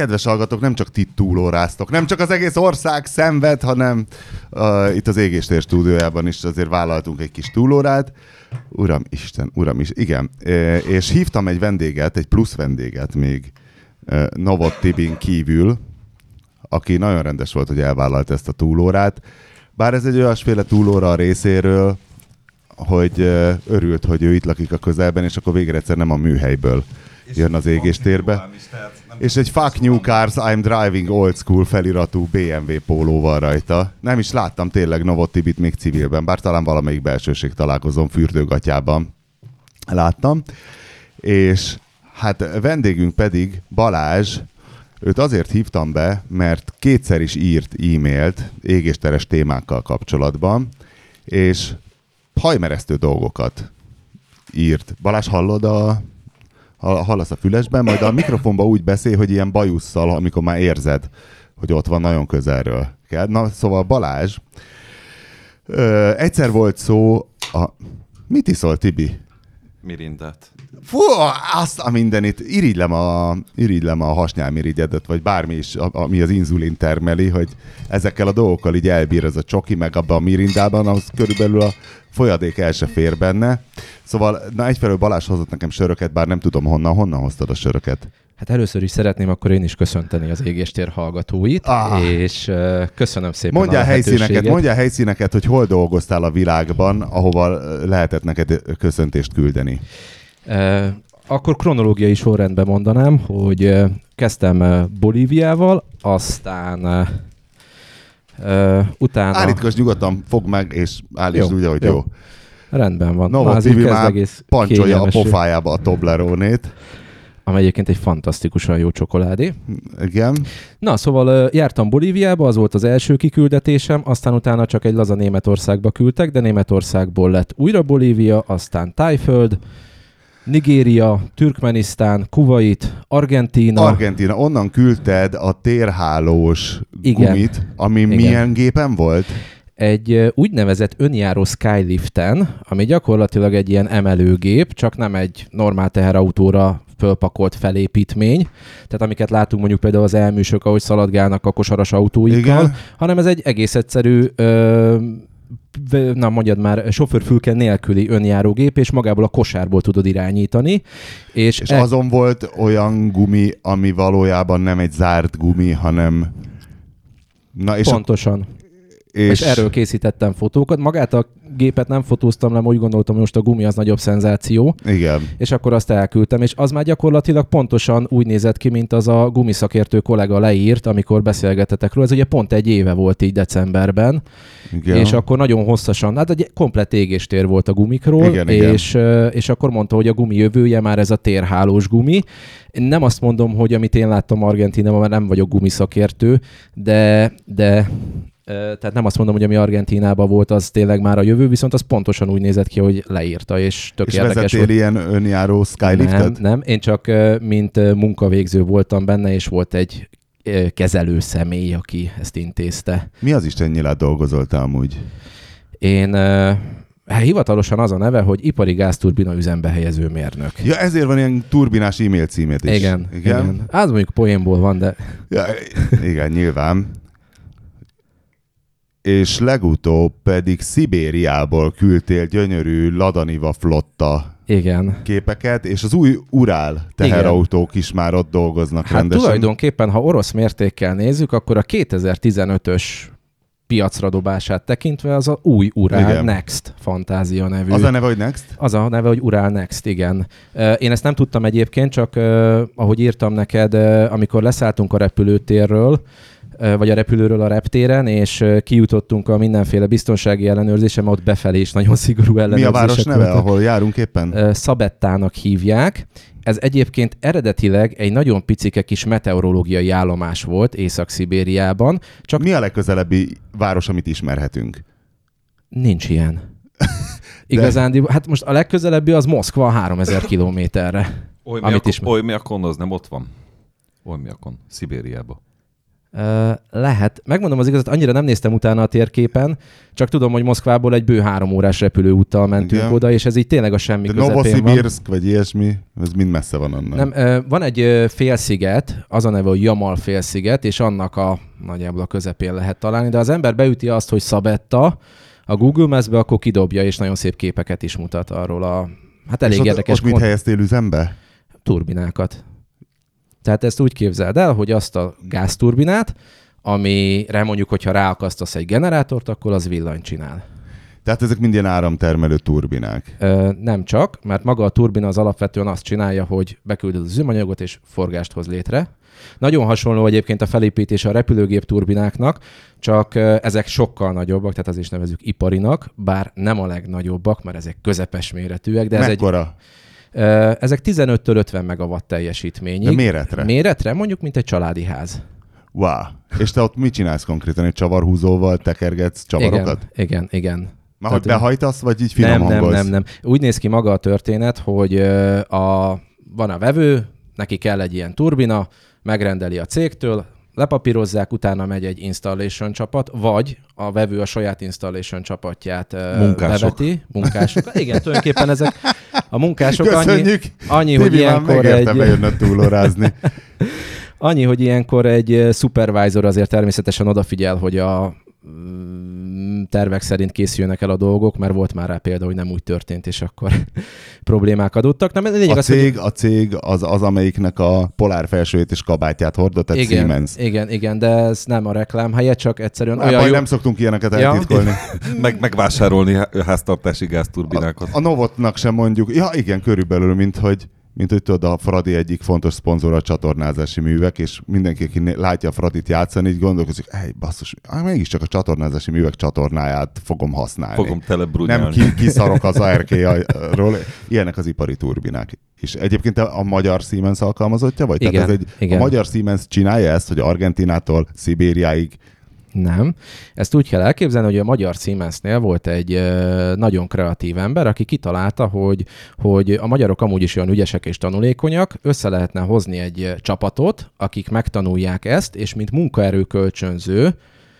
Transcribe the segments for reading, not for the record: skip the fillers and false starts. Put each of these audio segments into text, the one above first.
kedves hallgatók, nem csak ti túlóráztok, nem csak az egész ország szenved, hanem itt az Égéstér stúdiójában is azért vállaltunk egy kis túlórát. Uram is, igen. És hívtam egy vendéget, egy plusz vendéget még Novot Tibin kívül, aki nagyon rendes volt, hogy elvállalt ezt a túlórát. Bár ez egy olyasféle túlóra a részéről, hogy örült, hogy ő itt lakik a közelben, és akkor végre egyszer nem a műhelyből jön az Égéstérbe. És egy Fuck New Cars, I'm Driving Old School feliratú BMW póló van rajta. Nem is láttam tényleg Novot Tibit még civilben, bár talán valamelyik belsőség találkozón fürdőgatyában láttam. És hát vendégünk pedig Balázs. Őt azért hívtam be, mert kétszer is írt e-mailt égésteres témákkal kapcsolatban, és hajmeresztő dolgokat írt. Balázs, hallasz a fülesben, majd a mikrofonba úgy beszél, hogy ilyen bajusszal, amikor már érzed, hogy ott van nagyon közelről. Na, szóval Balázs, egyszer volt szó Mit iszol, Tibi? Mirindát. Fú, azt a mindenit. Irigylem a hasnyálmirigyedet, vagy bármi is, ami az inzulin termeli, hogy ezekkel a dolgokkal így elbír ez a csoki, meg abban a mirindában, ahhoz körülbelül a folyadék el se fér benne. Szóval, egyfelől Balázs hozott nekem söröket, bár nem tudom honnan hoztad a söröket. Hát először is szeretném akkor én is köszönteni az Égéstér hallgatóit, és köszönöm szépen Mondjál helyszíneket, hogy hol dolgoztál a világban, ahova lehetett neked köszöntést küldeni. Akkor kronológiai sorrendben mondanám, hogy kezdtem Bolíviával, aztán utána... Állítkozz nyugodtan, fogd meg, és állítsd úgy, ahogy jó. Rendben van. Novot Tibi már pancsolja a pofájába a Toblerone-t. Ami egyébként egy fantasztikusan jó csokoládé. Igen. Na, szóval jártam Bolíviába, az volt az első kiküldetésem, aztán utána csak egy laza Németországba küldtek, de Németországból lett újra Bolívia, aztán Tájföld, Nigéria, Türkmenisztán, Kuvait, Argentína, onnan küldted a térhálós gumit, ami milyen gépen volt? Egy úgynevezett önjáró Skyliften, ami gyakorlatilag egy ilyen emelőgép, csak nem egy normál teherautóra fölpakolt felépítmény, tehát amiket látunk mondjuk például az elműsök, ahogy szaladgálnak a kosaras autóikkal, hanem ez egy egész egyszerű mondjad már, sofőrfülke nélküli önjárógép, és magából a kosárból tudod irányítani. És azon volt olyan gumi, ami valójában nem egy zárt gumi, hanem... Na, és pontosan. És erről készítettem fotókat. Magát a gépet nem fotóztam le, úgy gondoltam, hogy most a gumi az nagyobb szenzáció. Igen. És akkor azt elküldtem, és az már gyakorlatilag pontosan úgy nézett ki, mint az a gumiszakértő kollega leírt, amikor beszélgetetek róla. Ez ugye pont egy éve volt így decemberben. Igen. És akkor nagyon hosszasan, hát egy komplett égéstér volt a gumikról, igen. És akkor mondta, hogy a gumi jövője már ez a térhálós gumi. Én nem azt mondom, hogy amit én láttam Argentínában, mert nem vagyok gumiszakértő, de tehát nem azt mondom, hogy ami Argentínában volt, az tényleg már a jövő, viszont az pontosan úgy nézett ki, hogy leírta, és tök érdekes. És vezettél ilyen önjáró Skyliftet? Nem, én csak mint munkavégző voltam benne, és volt egy kezelő személy, aki ezt intézte. Mi az Isten nyilát dolgozol te amúgy? Én... hivatalosan az a neve, hogy ipari gázturbina üzembe helyező mérnök. Ja, ezért van ilyen turbinás e-mail címét is. Igen. Az mondjuk poénból van, de... Ja, igen, nyilván. És legutóbb pedig Szibériából küldtél gyönyörű Lada Niva flotta képeket, és az új Ural teherautók is már ott dolgoznak rendesen. Tulajdonképpen, ha orosz mértékkel nézzük, akkor a 2015-ös piacra dobását tekintve az a új Ural Next fantázia nevű. Az a neve, hogy Next? Az a neve, hogy Ural Next, igen. Én ezt nem tudtam egyébként, csak ahogy írtam neked, amikor leszálltunk a repülőtérről, vagy a repülőről a reptéren, és kijutottunk a mindenféle biztonsági ellenőrzésen, mert ott befelé is nagyon szigorú ellenőrzések. Mi a város neve, ahol járunk éppen? Szabettának hívják. Ez egyébként eredetileg egy nagyon picike kis meteorológiai állomás volt Észak-Szibériában. Csak... Mi a legközelebbi város, amit ismerhetünk? Nincs ilyen. Igazán, hát most a legközelebbi az Moszkva 3000 kilométerre. Olymiakon az nem ott van? Olymiakon, Szibériában. Lehet. Megmondom az igazat, annyira nem néztem utána a térképen, csak tudom, hogy Moszkvából egy bő 3 órás repülőúttal mentünk Igen. oda, és ez így tényleg a semmi De közepén van. Novosibirsk, vagy ilyesmi, ez mind messze van onnan. Nem, van egy félsziget, az a neve, hogy Jamal félsziget, és annak nagyjából a közepén lehet találni, de az ember beüti azt, hogy Szabetta a Google Maps-be, akkor kidobja, és nagyon szép képeket is mutat arról hát elég és érdekes. ott mit helyeztél üzembe? Turbinákat. Tehát ezt úgy képzeld el, hogy azt a gázturbinát, amire mondjuk, hogyha ráakasztasz egy generátort, akkor az villanyt csinál. Tehát ezek mind ilyen áramtermelő turbinák. Nem csak, mert maga a turbina az alapvetően azt csinálja, hogy beküldöd az üzemanyagot és forgást hoz létre. Nagyon hasonló egyébként a felépítés a repülőgép turbináknak, csak ezek sokkal nagyobbak, tehát az is nevezzük iparinak, bár nem a legnagyobbak, mert ezek közepes méretűek. De mekkora? Ezek 15-től 50 megawatt teljesítményig. De méretre? Méretre, mondjuk, mint egy családi ház. Wow. És te ott mit csinálsz konkrétan? Egy csavarhúzóval tekergetsz csavarokat? Igen. Már hogy behajtasz, vagy így finom hangolsz? Nem. Úgy néz ki maga a történet, hogy van a vevő, neki kell egy ilyen turbina, megrendeli a cégtől, lepapírozzák, utána megy egy installation csapat, vagy a vevő a saját installation csapatját beveti. Munkások. Igen, tulajdonképpen ezek a munkások annyi hogy ilyenkor bejönne túlórázni. Annyi, hogy ilyenkor egy supervisor azért természetesen odafigyel, hogy a tervek szerint készülnek el a dolgok, mert volt már rá példa, hogy nem úgy történt, és akkor problémák adottak. Nem, a cég az, amelyiknek a polár felsőjét és kabátját hordott, tehát Siemens. Igen, de ez nem a reklám helye, csak egyszerűen olyan jó... Nem szoktunk ilyeneket eltitkolni. Megvásárolni háztartási gázturbinákat. A Novotnak sem mondjuk, ja igen, körülbelül, mint hogy tudod, a Fradi egyik fontos szponzor a csatornázási művek, és mindenki, aki látja a Fradit játszani, így gondolkozik, basszus, mégiscsak a csatornázási művek csatornáját fogom használni. Fogom telebrúnyálni. Nem kiszarok az ARK-ról. Ilyenek az ipari turbinák. És egyébként a magyar Siemens alkalmazottja vagy? Igen, Tehát a magyar Siemens csinálja ezt, hogy Argentinától Szibériáig. Nem. Ezt úgy kell elképzelni, hogy a magyar Siemensnél volt egy nagyon kreatív ember, aki kitalálta, hogy a magyarok amúgy is olyan ügyesek és tanulékonyak, össze lehetne hozni egy csapatot, akik megtanulják ezt, és mint munkaerő kölcsönző,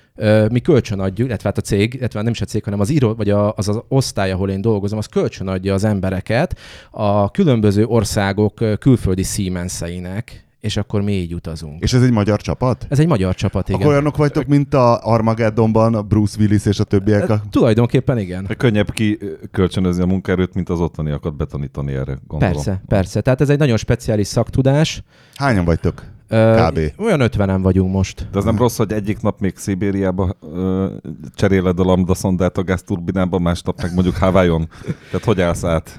mi kölcsönadjuk, illetve hát a cég, illetve nem is a cég, hanem az osztály, ahol én dolgozom, az kölcsönadja az embereket a különböző országok külföldi Siemenseinek, és akkor mi így utazunk. És ez egy magyar csapat? Ez egy magyar csapat, igen. Akkor olyanok vagytok, mint a Armageddonban Bruce Willis és a többiek? Tulajdonképpen igen. Könnyebb kikölcsönözni a munkaerőt, mint az ottaniakat betanítani erre, gondolom. Persze. Tehát ez egy nagyon speciális szaktudás. Hányan vagytok? Kb. Olyan 50-en vagyunk most. De ez nem rossz, hogy egyik nap még Szibériába cseréled a lambda szondát a gázturbinába, másnap meg mondjuk Hawaiion. Tehát hogy állsz át?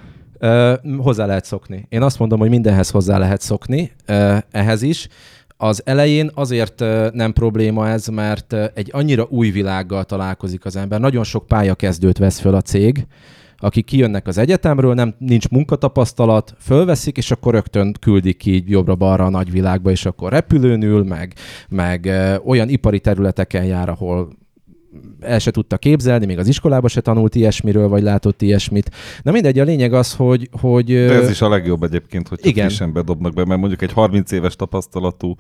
Hozzá lehet szokni. Én azt mondom, hogy mindenhez hozzá lehet szokni, ehhez is. Az elején azért nem probléma ez, mert egy annyira új világgal találkozik az ember. Nagyon sok pályakezdőt vesz föl a cég, akik kijönnek az egyetemről, nincs munkatapasztalat, fölveszik, és akkor rögtön küldik ki jobbra-balra a nagyvilágba, és akkor repülőn ül, meg olyan ipari területeken jár, ahol el se tudta képzelni, még az iskolába se tanult ilyesmiről, vagy látott ilyesmit. Na mindegy, a lényeg az, hogy... De ez is a legjobb egyébként, hogy frissen bedobnak be, mert mondjuk egy 30 éves tapasztalatú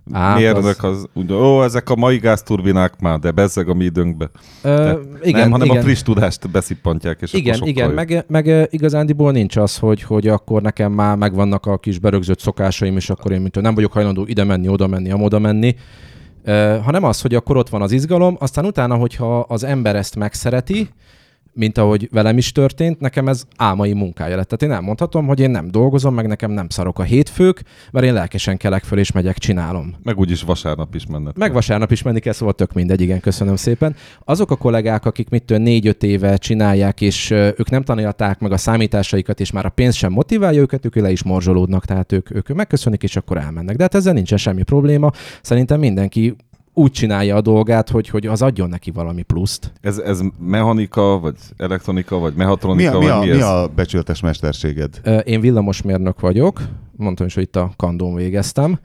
mérnök az úgy, ezek a mai gázturbinák már, de bezzeg a mi időnkbe. Nem, hanem a friss tudást beszippantják, és Igen, meg igazándiból nincs az, hogy akkor nekem már megvannak a kis berögzött szokásaim, és akkor én nem vagyok hajlandó ide menni, oda menni, amoda menni, hanem az, hogy akkor ott van az izgalom, aztán utána, hogyha az ember ezt megszereti, mint ahogy velem is történt, nekem ez álmai munkája lett. Tehát én elmondhatom, hogy én nem dolgozom, meg nekem nem szarok a hétfők, mert én lelkesen kelek föl és megyek, csinálom. Meg úgyis vasárnap is menned. Meg vasárnap is menni kell, szóval tök mindegy, igen, köszönöm szépen. Azok a kollégák, akik 4-5 éve csinálják, és ők nem tanulták meg a számításaikat, és már a pénz sem motiválja őket, ők le is morzsolódnak, tehát ők megköszönik, és akkor elmennek. De hát ezzel nincsen semmi probléma. Szerintem mindenki úgy csinálja a dolgát, hogy az adjon neki valami pluszt. Ez mechanika, vagy elektronika, vagy mehatronika? Mi a becsületes mesterséged? Én villamosmérnök vagyok, mondtam is, hogy itt a kandón végeztem,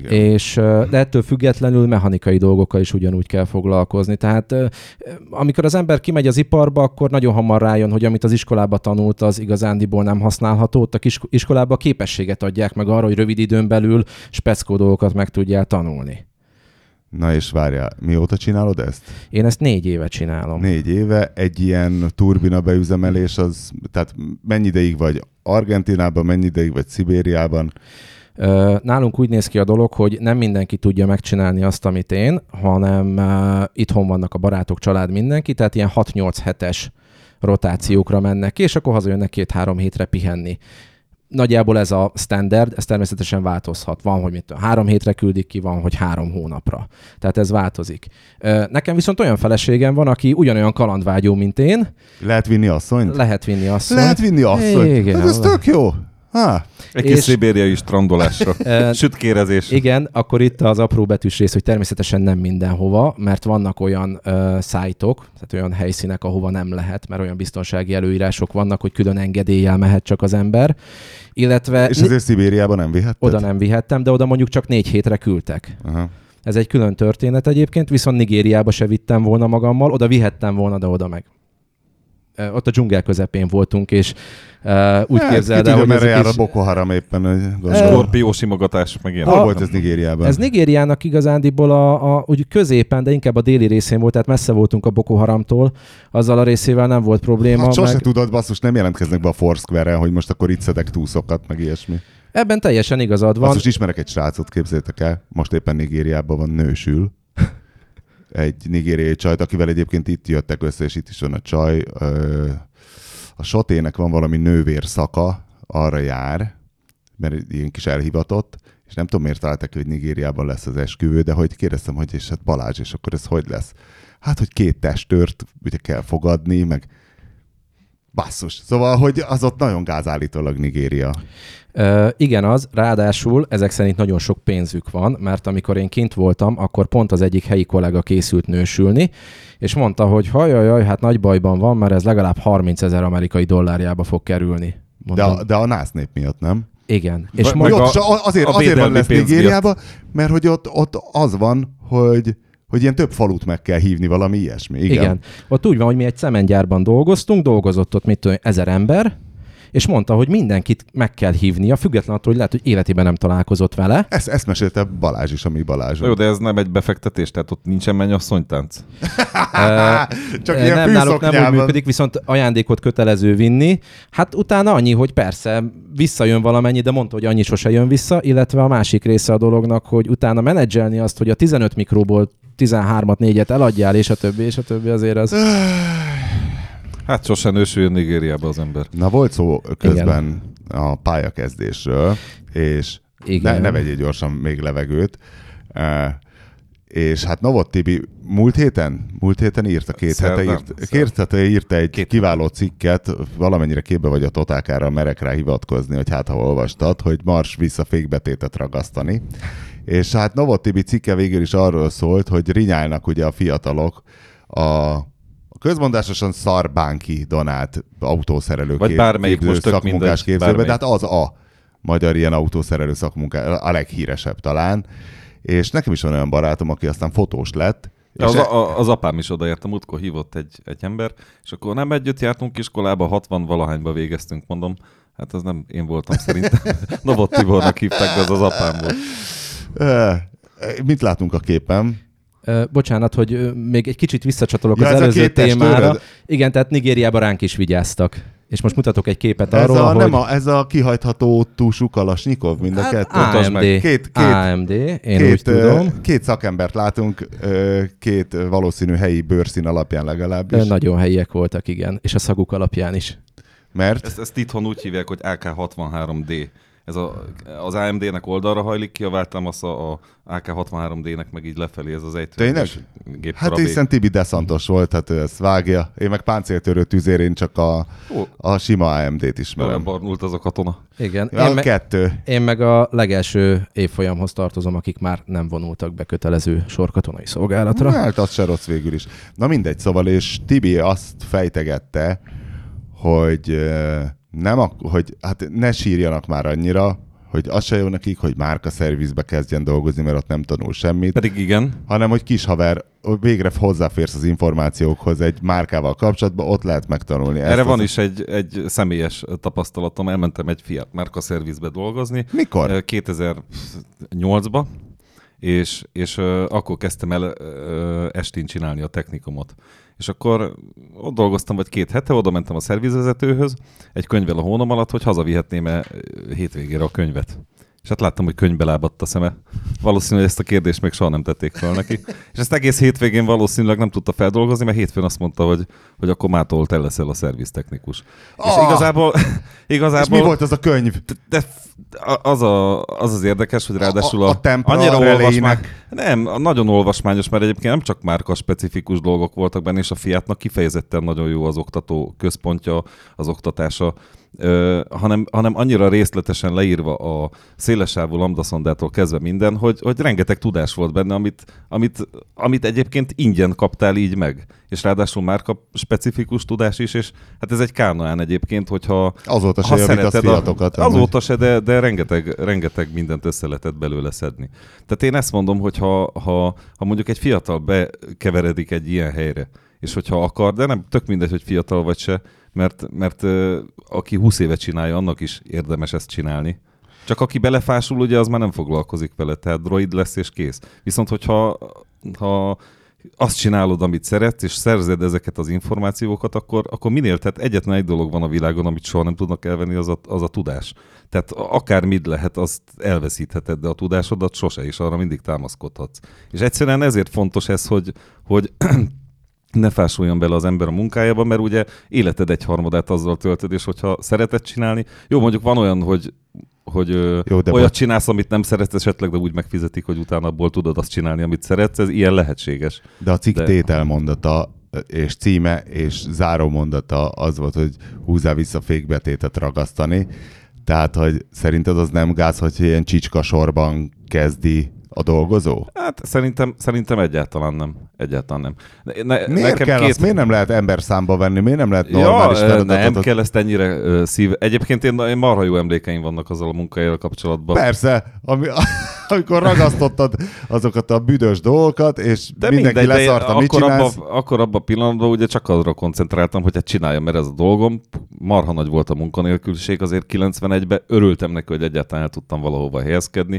de ettől függetlenül mechanikai dolgokkal is ugyanúgy kell foglalkozni. Tehát amikor az ember kimegy az iparba, akkor nagyon hamar rájön, hogy amit az iskolába tanult, az igazándiból nem használható. Ott a iskolába a képességet adják meg arra, hogy rövid időn belül speckó dolgokat meg tudjál tanulni. Na és várjál, mióta csinálod ezt? Én ezt 4 éve csinálom. 4 éve. Egy ilyen turbina beüzemelés, az, tehát mennyi ideig vagy Argentinában, mennyi ideig vagy Szibériában? Nálunk úgy néz ki a dolog, hogy nem mindenki tudja megcsinálni azt, amit én, hanem itthon vannak a barátok, család, mindenki, tehát ilyen 6-8 hetes rotációkra mennek ki, és akkor hazajönnek 2-3 hétre pihenni. Nagyjából ez a standard, ez természetesen változhat. Van, hogy 3 hétre küldik ki, van, hogy 3 hónapra. Tehát ez változik. Nekem viszont olyan feleségem van, aki ugyanolyan kalandvágyó, mint én. Lehet vinni asszonyt? Lehet vinni asszonyt. Lehet vinni asszonyt. Igen, ez tök jó. Egy kis szibériai strandolásra. Sütkérezés. Igen, akkor itt az apró betűs rész, hogy természetesen nem mindenhova, mert vannak olyan szájtok, tehát olyan helyszínek, ahova nem lehet, mert olyan biztonsági előírások vannak, hogy külön engedéllyel mehet csak az ember. Illetve és azért Szibériában nem vihetted? Oda nem vihettem, de oda mondjuk csak 4 hétre küldtek. Aha. Ez egy külön történet egyébként, viszont Nigériába se vittem volna magammal, oda vihettem volna, de oda meg. Ott a dzsungel közepén voltunk, és úgy képzeld el, hogy merre jár a Boko Haram éppen. Skorpió simogatás, meg ilyen. Hol volt ez Nigériában? Ez Nigériának igazándiból úgy középen, de inkább a déli részén volt, tehát messze voltunk a Boko Haramtól. Azzal a részével nem volt probléma. Hát sose tudod, basszus, nem jelentkeznek be a Foursquare-en, hogy most akkor itt szedek túszokat, meg ilyesmi. Ebben teljesen igazad van. Basszus, ismerek egy srácot, képzeljétek el, most éppen Nigériában van, nősül. Egy nigériai csajt, akivel egyébként itt jöttek össze, és itt is van a csaj. A Sotének van valami nővérszaka, arra jár, mert ilyen kis elhivatott, és nem tudom, miért találták, hogy Nigériában lesz az esküvő, de hogy kérdeztem, hogy és hát Balázs, és akkor ez hogy lesz? Hát, hogy 2 testőrt ugye kell fogadni, meg basszus. Szóval, hogy az ott nagyon gázállítólag Nigéria. Igen, az. Ráadásul ezek szerint nagyon sok pénzük van, mert amikor én kint voltam, akkor pont az egyik helyi kollega készült nősülni, és mondta, hogy hajajaj, hát nagy bajban van, mert ez legalább 30 000 amerikai dollárjába fog kerülni. De a nász nép miatt, nem? Igen. És azért van lesz Nigériában, mert hogy ott az van, hogy ilyen több falut meg kell hívni, valami ilyesmi. Igen. Ott úgy van, hogy mi egy cementgyárban dolgoztunk, dolgozott ott 1000 ember, és mondta, hogy mindenkit meg kell hívnia, függetlenül attól, hogy lehet, hogy életében nem találkozott vele. Ezt mesélte Balázs is, ami Balázs. Jó, de ez nem egy befektetés, tehát ott nincsen mennyasszonytánc. Csak ilyen nem, náluk nem úgy működik, viszont ajándékot kötelező vinni. Hát utána annyi, hogy persze visszajön valamennyi, de mondta, hogy annyi sose jön vissza, illetve a másik része a dolognak, hogy utána menedzselni azt, hogy a 15 mikróból 13-at, 4-et eladjál, és a többi azért az... Hát sosem nősüljön Nigériába az ember. Na volt szó közben a pályakezdésről, és ne vegyél gyorsan még levegőt. És hát Novot Tibi múlt héten írta, írta egy kiváló cikket, valamennyire képbe vagy a totálkára, merek rá hivatkozni, hogy hát ha olvastad, hogy mars vissza fékbetétet ragasztani. És hát Novot Tibi cikke végül is arról szólt, hogy rinyálnak ugye a fiatalok a közmondásosan szarbánki Donát autószerelő szakmunkás képzőbe, de hát az a magyar ilyen autószerelő szakmunkás, a leghíresebb talán. És nekem is van olyan barátom, aki aztán fotós lett. Az apám is odaértem, múltkor hívott egy ember, és akkor nem együtt jártunk iskolába, 60-valahányba végeztünk, mondom. Hát az nem én voltam szerintem. Novot Tibornak hívták, de az apám volt. Mit látunk a képen? Bocsánat, hogy még egy kicsit visszacsatolok az előző témára. Igen, tehát Nigériában ránk is vigyáztak. És most mutatok egy képet arról, hogy... Ez a kihajtható túsú Kalasnyikov, mind a kettő. AMD, én úgy tudom. 2 szakembert látunk, 2 valószínű helyi bőrszín alapján legalábbis. Nagyon helyiek voltak, igen, és a szaguk alapján is. Mert? Ezt itthon úgy hívják, hogy AK-63D. Ez az AMD-nek oldalra hajlik ki, a váltalmasz a AK-63D-nek meg így lefelé, ez az egytős gépkarabék. Hát hiszen Tibi deszantos volt, hát ő ezt vágja. Én meg páncéltörő tüzérén csak a sima AMD-t ismerem. Olyan barnult az a katona. Igen. Én meg a legelső évfolyamhoz tartozom, akik már nem vonultak be kötelező sorkatonai szolgálatra. Hát az se rossz végül is. Na mindegy, szóval, és Tibi azt fejtegette, hogy hogy hát ne sírjanak már annyira, hogy az se jó nekik, hogy márkaszervizbe kezdjen dolgozni, mert ott nem tanul semmit. Pedig igen. Hanem, hogy kis haver, végre hozzáférsz az információkhoz egy márkával kapcsolatban, ott lehet megtanulni. Erre van is egy személyes tapasztalatom, elmentem egy Fiat márkaszervizbe dolgozni. Mikor? 2008-ba. és akkor kezdtem el estén csinálni a technikumot. És akkor ott dolgoztam vagy 2 hete, oda mentem a szervizvezetőhöz, egy könyvvel a hónom alatt, hogy hazavihetném-e hétvégére a könyvet. És hát láttam, hogy könyvbe lábadt a szeme. Valószínűleg ezt a kérdést még soha nem tették fel neki. És ezt egész hétvégén valószínűleg nem tudta feldolgozni, mert hétfőn azt mondta, hogy akkor mától te leszel a szerviztechnikus. És igazából... És mi volt az a könyv? De az érdekes, hogy ráadásul a annyira olvasmány. Nem, nagyon olvasmányos, mert egyébként nem csak márka specifikus dolgok voltak benne, és a Fiatnak kifejezetten nagyon jó az oktató központja, az oktatása, hanem annyira részletesen leírva a szélessávú lambdaszondától kezdve minden, hogy rengeteg tudás volt benne, amit egyébként ingyen kaptál így meg. És ráadásul márka specifikus tudás is, és hát ez egy Kánaán egyébként, hogyha azóta se javítasz Fiatokat. Azóta se, de rengeteg mindent össze lehetett belőle szedni. Tehát én ezt mondom, hogy ha mondjuk egy fiatal bekeveredik egy ilyen helyre, és hogyha akar, de nem tök mindegy, hogy fiatal vagy se, mert aki 20 évet csinálja, annak is érdemes ezt csinálni. Csak aki belefásul, ugye az már nem foglalkozik vele, tehát droid lesz és kész. Viszont hogyha azt csinálod, amit szeretsz, és szerzed ezeket az információkat, akkor minél, tehát egyetlen egy dolog van a világon, amit soha nem tudnak elvenni, az a tudás. Tehát akármit lehet, azt elveszítheted, de a tudásodat sose, és arra mindig támaszkodhatsz. És egyszerűen ezért fontos ez, hogy ne fásuljon bele az ember a munkájába, mert ugye életed 1/3 azzal töltöd, és hogyha szereted csinálni, jó, mondjuk van olyan, hogy olyat csinálsz, amit nem szeretsz esetleg, de úgy megfizetik, hogy utána abból tudod azt csinálni, amit szeretsz, ez ilyen lehetséges. De a cikk tételmondata és címe és zárómondata az volt, hogy húzzál vissza fékbetétet ragasztani. Tehát, hogy szerinted az nem gáz, hogy ilyen csicska sorban kezdi a dolgozó? Hát szerintem egyáltalán nem. Miért nem lehet ember számba venni? Miért nem lehet normális feladatot? Nem kell ezt ennyire Egyébként én marha jó emlékeim vannak azzal a munkahelyel kapcsolatban. Persze, amikor ragasztottad azokat a büdös dolgokat, és de mindenki leszarta, mit csinálsz? Akkor abban a pillanatban ugye csak arra koncentráltam, hogy hát csináljam, mert ez a dolgom. Marha nagy volt a munkanélküliség, azért 91-ben örültem neki, hogy egyáltalán el tudtam valahova helyezkedni.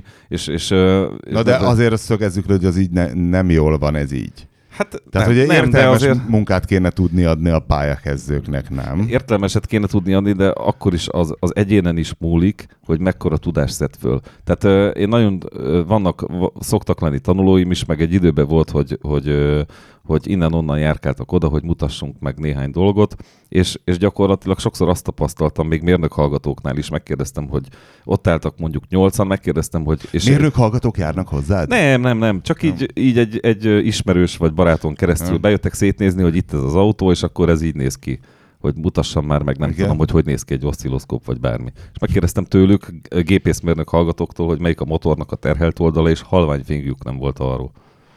De azért azt szögezzük, hogy az így nem jól van ez így. Hát tehát, hogy értelmes munkát kéne tudni adni a pályakezdőknek, nem? Értelmeset kéne tudni adni, de akkor is az egyénen is múlik, hogy mekkora tudást szed föl. Tehát én szoktak lenni tanulóim is, meg egy időben volt, hogy innen-onnan járkáltak oda, hogy mutassunk meg néhány dolgot, és gyakorlatilag sokszor azt tapasztaltam, még mérnök hallgatóknál is megkérdeztem, hogy ott álltak mondjuk 8-an, megkérdeztem, hogy... Mérnök hallgatók járnak hozzád? Nem. Csak így egy ismerős vagy baráton keresztül bejöttek szétnézni, hogy itt ez az autó, és akkor ez így néz ki, hogy mutassam már meg, nem tudom, hogy néz ki egy oszcilloszkóp, vagy bármi. És megkérdeztem tőlük, gépészmérnök hallgatóktól, hogy melyik a motornak a terhelt oldala, és halványfingjuk nem volt arról.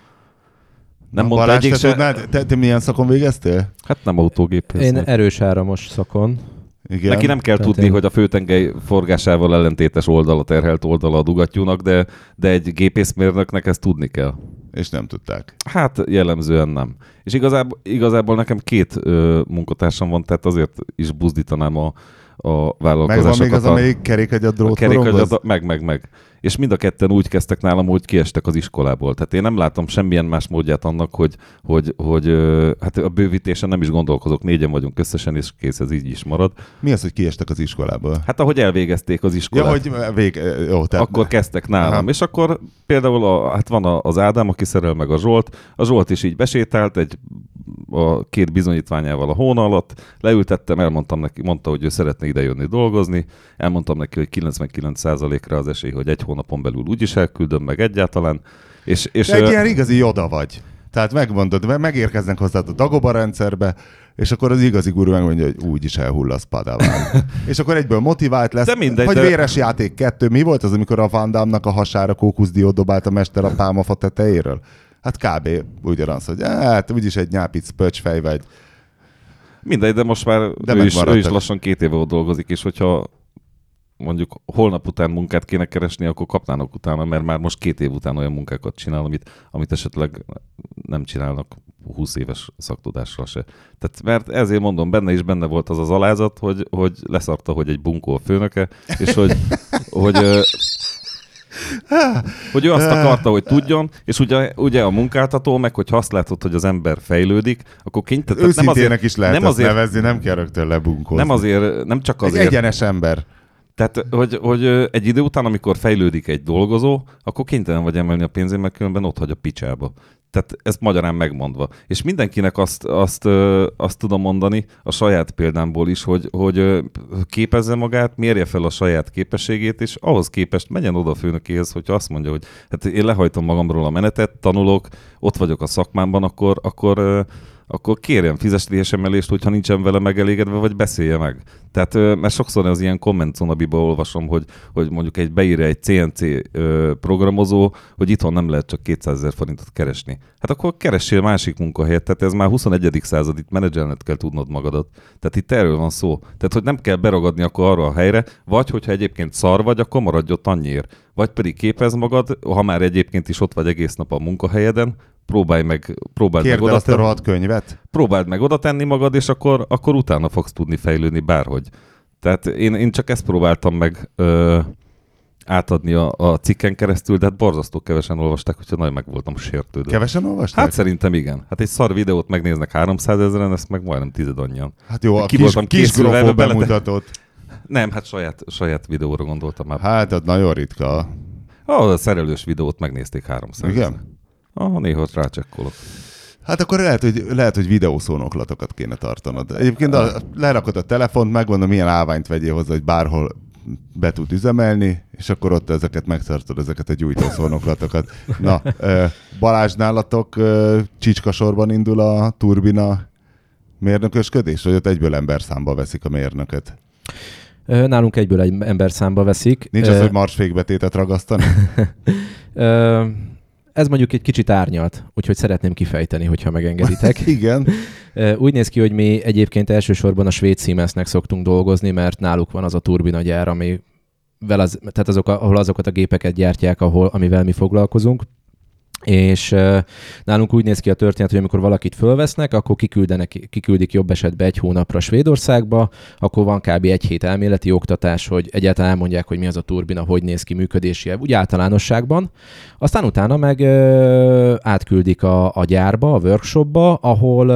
Nem mondta egyik se... Te milyen szakon végeztél? Hát nem autógépész. Én erős áramos szakon. Igen. Neki nem kell tudni, hogy a főtengely forgásával ellentétes oldala, terhelt oldala a dugattyúnak, de egy gépészmérnöknek ezt tudni kell. És nem tudták. Hát jellemzően nem. És igazából nekem 2 munkatársam van, tehát azért is buzdítanám a vállalkozásokat. Megvan még az, amelyik kerékagyat drótforoghoz? Meg. És mind a ketten úgy kezdtek nálam, hogy kiestek az iskolából. Tehát én nem látom semmilyen más módját annak, hogy hát a bővítésen nem is gondolkozok. 4-en vagyunk összesen, és kész, ez így is marad. Mi az, hogy kiestek az iskolából? Hát ahogy elvégezték az iskolát. Ja, hogy akkor kezdtek nálam. Aha. És akkor például hát van az Ádám, aki szerel meg a Zsolt. A Zsolt is így besétált a 2 bizonyítványával a hóna alatt. Leültettem, elmondtam neki, mondta, hogy ő szeretne ide jönni dolgozni. Elmondtam neki, hogy 99%-ra az esély, hogy 1 hónapon belül úgyis elküldöm meg egyáltalán. És egy ilyen igazi Yoda vagy. Tehát megmondod, megérkeznek hozzád a Dagobah rendszerbe, és akkor az igazi guru megmondja, hogy úgyis elhullasz Padawan. És akkor egyből motivált lesz. Vagy Véres játék 2. Mi volt az, amikor a Van Damme-nak a hasára kókuszdiót dobált a mester a pálmafa tetejéről? Hát kb. Ugyanaz, hogy hát úgyis egy nyápic pöcsfej vagy. Mindegy, de most már ő is lassan 2 éve ott dolgozik, és hogyha mondjuk holnap után munkát kéne keresni, akkor kapnának utána, mert már most 2 év után olyan munkákat csinál, amit esetleg nem csinálnak 20 éves szaktudással se. Tehát, mert ezért mondom, benne volt az alázat, hogy leszarta, hogy egy bunkó a főnöke, és hogy Hogy ő azt akarta, hogy tudjon, és ugye a munkáltató meg, hogyha azt látod, hogy az ember fejlődik, akkor kénytelen... Őszintének is lehet ezt nevezni, nem kell rögtön lebunkozni. Nem csak azért... Egy egyenes ember. Tehát, hogy egy idő után, amikor fejlődik egy dolgozó, akkor kénytelen vagy emelni a pénzét, mert különben ott hagy a picsába. Tehát ezt magyarán megmondva. És mindenkinek azt tudom mondani a saját példámból is, hogy képezze magát, mérje fel a saját képességét, és ahhoz képest menjen oda a főnökéhez, hogyha azt mondja, hogy hát én lehajtom magamról a menetet, tanulok, ott vagyok a szakmámban, akkor kérjen fizetésemelést, hogyha nincsen vele megelégedve, vagy beszélje meg. Tehát, mert sokszor az ilyen kommentzónabiban olvasom, hogy mondjuk beírja egy CNC programozó, hogy itthon nem lehet csak 200 000 forintot keresni. Hát akkor keressél másik munkahelyet, tehát ez már 21. század, itt menedzselned kell tudnod magadat. Tehát itt erről van szó. Tehát, hogy nem kell beragadni akkor arra a helyre, vagy hogyha egyébként szar vagy, akkor maradj ott annyiért. Vagy pedig képezd magad, ha már egyébként is ott vagy egész nap a munkahelyeden, próbáld meg oda tenni. A rohadt könyvet. Próbáld meg oda tenni magad, és akkor utána fogsz tudni fejlődni bárhogy. Tehát én csak ezt próbáltam meg átadni a cikken keresztül, de hát borzasztó kevesen olvasták, úgyhogy nagyon meg voltam sértődve. Kevesen olvasták? Hát szerintem igen. Hát egy szar videót megnéznek 300 000-en, ezt meg majdnem 10 annyian. Hát jó, a kis grofó bemutatót. Nem, hát saját videóra gondoltam már. Hát az nagyon ritka. A szerelős videót megnézték 300 000. Igen? Néha rácsekkolok. Hát akkor lehet, hogy videószónoklatokat kéne tartanod. Egyébként lerakod a telefont, megmondom, milyen állványt vegyél hozzá, hogy bárhol be tud üzemelni, és akkor ott megtartod ezeket a gyújtószónoklatokat. Na, Balázs, nálatok csicskasorban indul a turbina mérnökösködés, vagy ott egyből emberszámba veszik a mérnököt? Nálunk egyből egy emberszámba veszik. Nincs az, hogy marsfékbetétet ragasztani? Ez mondjuk egy kicsit árnyalt, úgyhogy szeretném kifejteni, hogyha megengeditek. Igen. Úgy néz ki, hogy mi egyébként elsősorban a svéd Siemensnek szoktunk dolgozni, mert náluk van az a turbinagyár, ahol azokat a gépeket gyártják, amivel mi foglalkozunk. És nálunk úgy néz ki a történet, hogy amikor valakit fölvesznek, akkor kiküldik jobb esetben 1 hónapra Svédországba, akkor van kb. 1 hét elméleti oktatás, hogy egyáltalán elmondják, hogy mi az a turbina, hogy néz ki működési, úgy általánosságban. Aztán utána meg átküldik a gyárba, a workshopba, ahol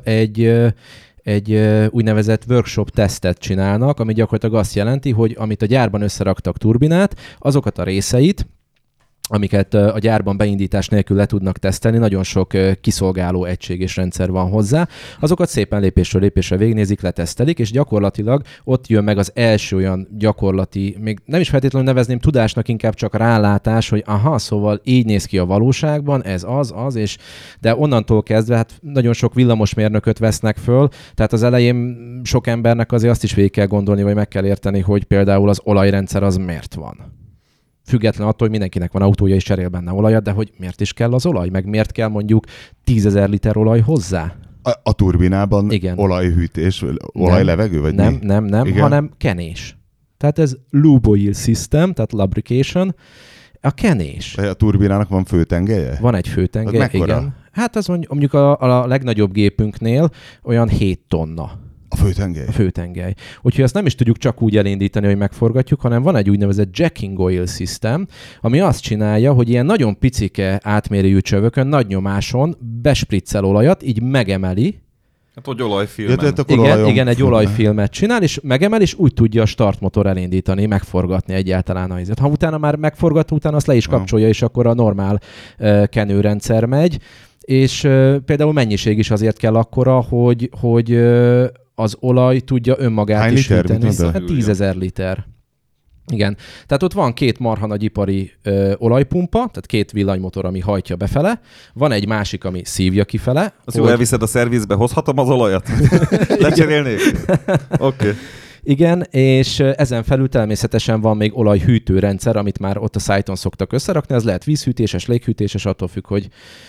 egy úgynevezett workshop tesztet csinálnak, ami gyakorlatilag azt jelenti, hogy amit a gyárban összeraktak turbinát, azokat a részeit, amiket a gyárban beindítás nélkül le tudnak tesztelni, nagyon sok kiszolgáló egység és rendszer van hozzá, azokat szépen lépésről lépésre végignézik, letesztelik, és gyakorlatilag ott jön meg az első olyan gyakorlati, még nem is feltétlenül nevezném tudásnak, inkább csak rálátás, hogy szóval így néz ki a valóságban, ez az, és de onnantól kezdve hát nagyon sok villamosmérnököt vesznek föl, tehát az elején sok embernek azért azt is végig kell gondolni, vagy meg kell érteni, hogy például az olajrendszer az miért van. Független attól, hogy mindenkinek van autója és cserél benne olajat, de hogy miért is kell az olaj, meg miért kell mondjuk 10 000 liter olaj hozzá? A turbinában igen. Olajhűtés, olajlevegő, vagy nem, mi? Nem, hanem kenés. Tehát ez lube oil system, tehát lubrication, a kenés. A turbinának van főtengelye? Van egy főtengelye, igen. Hát az mondjuk a legnagyobb gépünknél olyan 7 tonna. A főtengely? A főtengely. Úgyhogy ezt nem is tudjuk csak úgy elindítani, hogy megforgatjuk, hanem van egy úgynevezett jacking oil system, ami azt csinálja, hogy ilyen nagyon picike átmérőjű csövökön, nagy nyomáson bespriccel olajat, így megemeli. Hát, hogy olajfilmet. Igen, egy olajfilmet csinál, és megemel, és úgy tudja a startmotor elindítani, megforgatni egyáltalán a helyzet. Ha utána már megforgat, utána azt le is kapcsolja, és akkor a normál kenőrendszer megy. És például mennyiség is azért kell akkora, hogy az olaj tudja önmagát is hűteni. 10 000 liter. Igen. Tehát ott van 2 marha nagy ipari olajpumpa, tehát 2 villanymotor, ami hajtja befele, van egy másik, ami szívja kifele. Azt jól elviszed a szervizbe, hozhatom az olajat? Lecserélnék? Oké. Igen, és ezen felül természetesen van még olajhűtő rendszer, amit már ott a szájton szoktak összerakni, az lehet vízhűtéses, léghűtéses, attól függ, hogy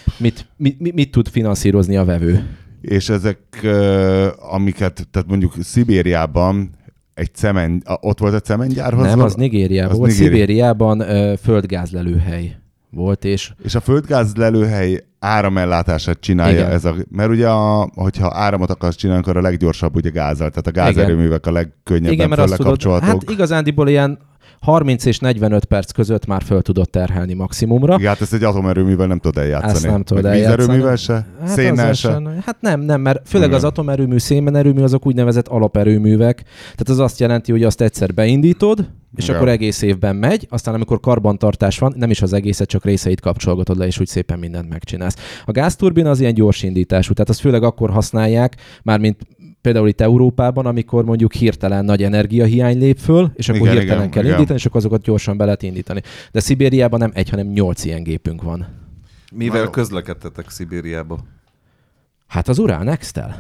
mit tud finanszírozni a vevő. És ezek, amiket, tehát mondjuk Szibériában ott volt a cementgyárhoz? Nem, az Nigériában volt. Szibériában földgázlelőhely volt. És a földgázlelőhely áramellátását csinálja mert ugye, hogyha áramot akarsz csinálni, akkor a leggyorsabb ugye gázzal, tehát a gázerőművek a legkönnyebben fellekapcsolhatók. Hát igazándiból ilyen 30 és 45 perc között már föl tudod terhelni maximumra. Ja, hát ezt egy atomerőművel nem tud eljátszani. Ezt nem tud eljátszani. Vízerőművel se? Hát szénnel se? Hát nem, mert főleg az atomerőmű, szénerőmű azok úgynevezett alaperőművek. Tehát az azt jelenti, hogy azt egyszer beindítod, és akkor egész évben megy, aztán amikor karbantartás van, nem is az egészet, csak részeit kapcsolgatod le, és úgy szépen mindent megcsinálsz. A gázturbina az ilyen gyorsindítású, tehát azt főleg akkor használják, mármint például itt Európában, amikor mondjuk hirtelen nagy energiahiány lép föl, és akkor hirtelen kell indítani, és akkor azokat gyorsan be lehet indítani. De Szibériában nem 1, hanem 8 ilyen gépünk van. Mivel közlekedtetek Szibériába? Hát az Ural Next-tel.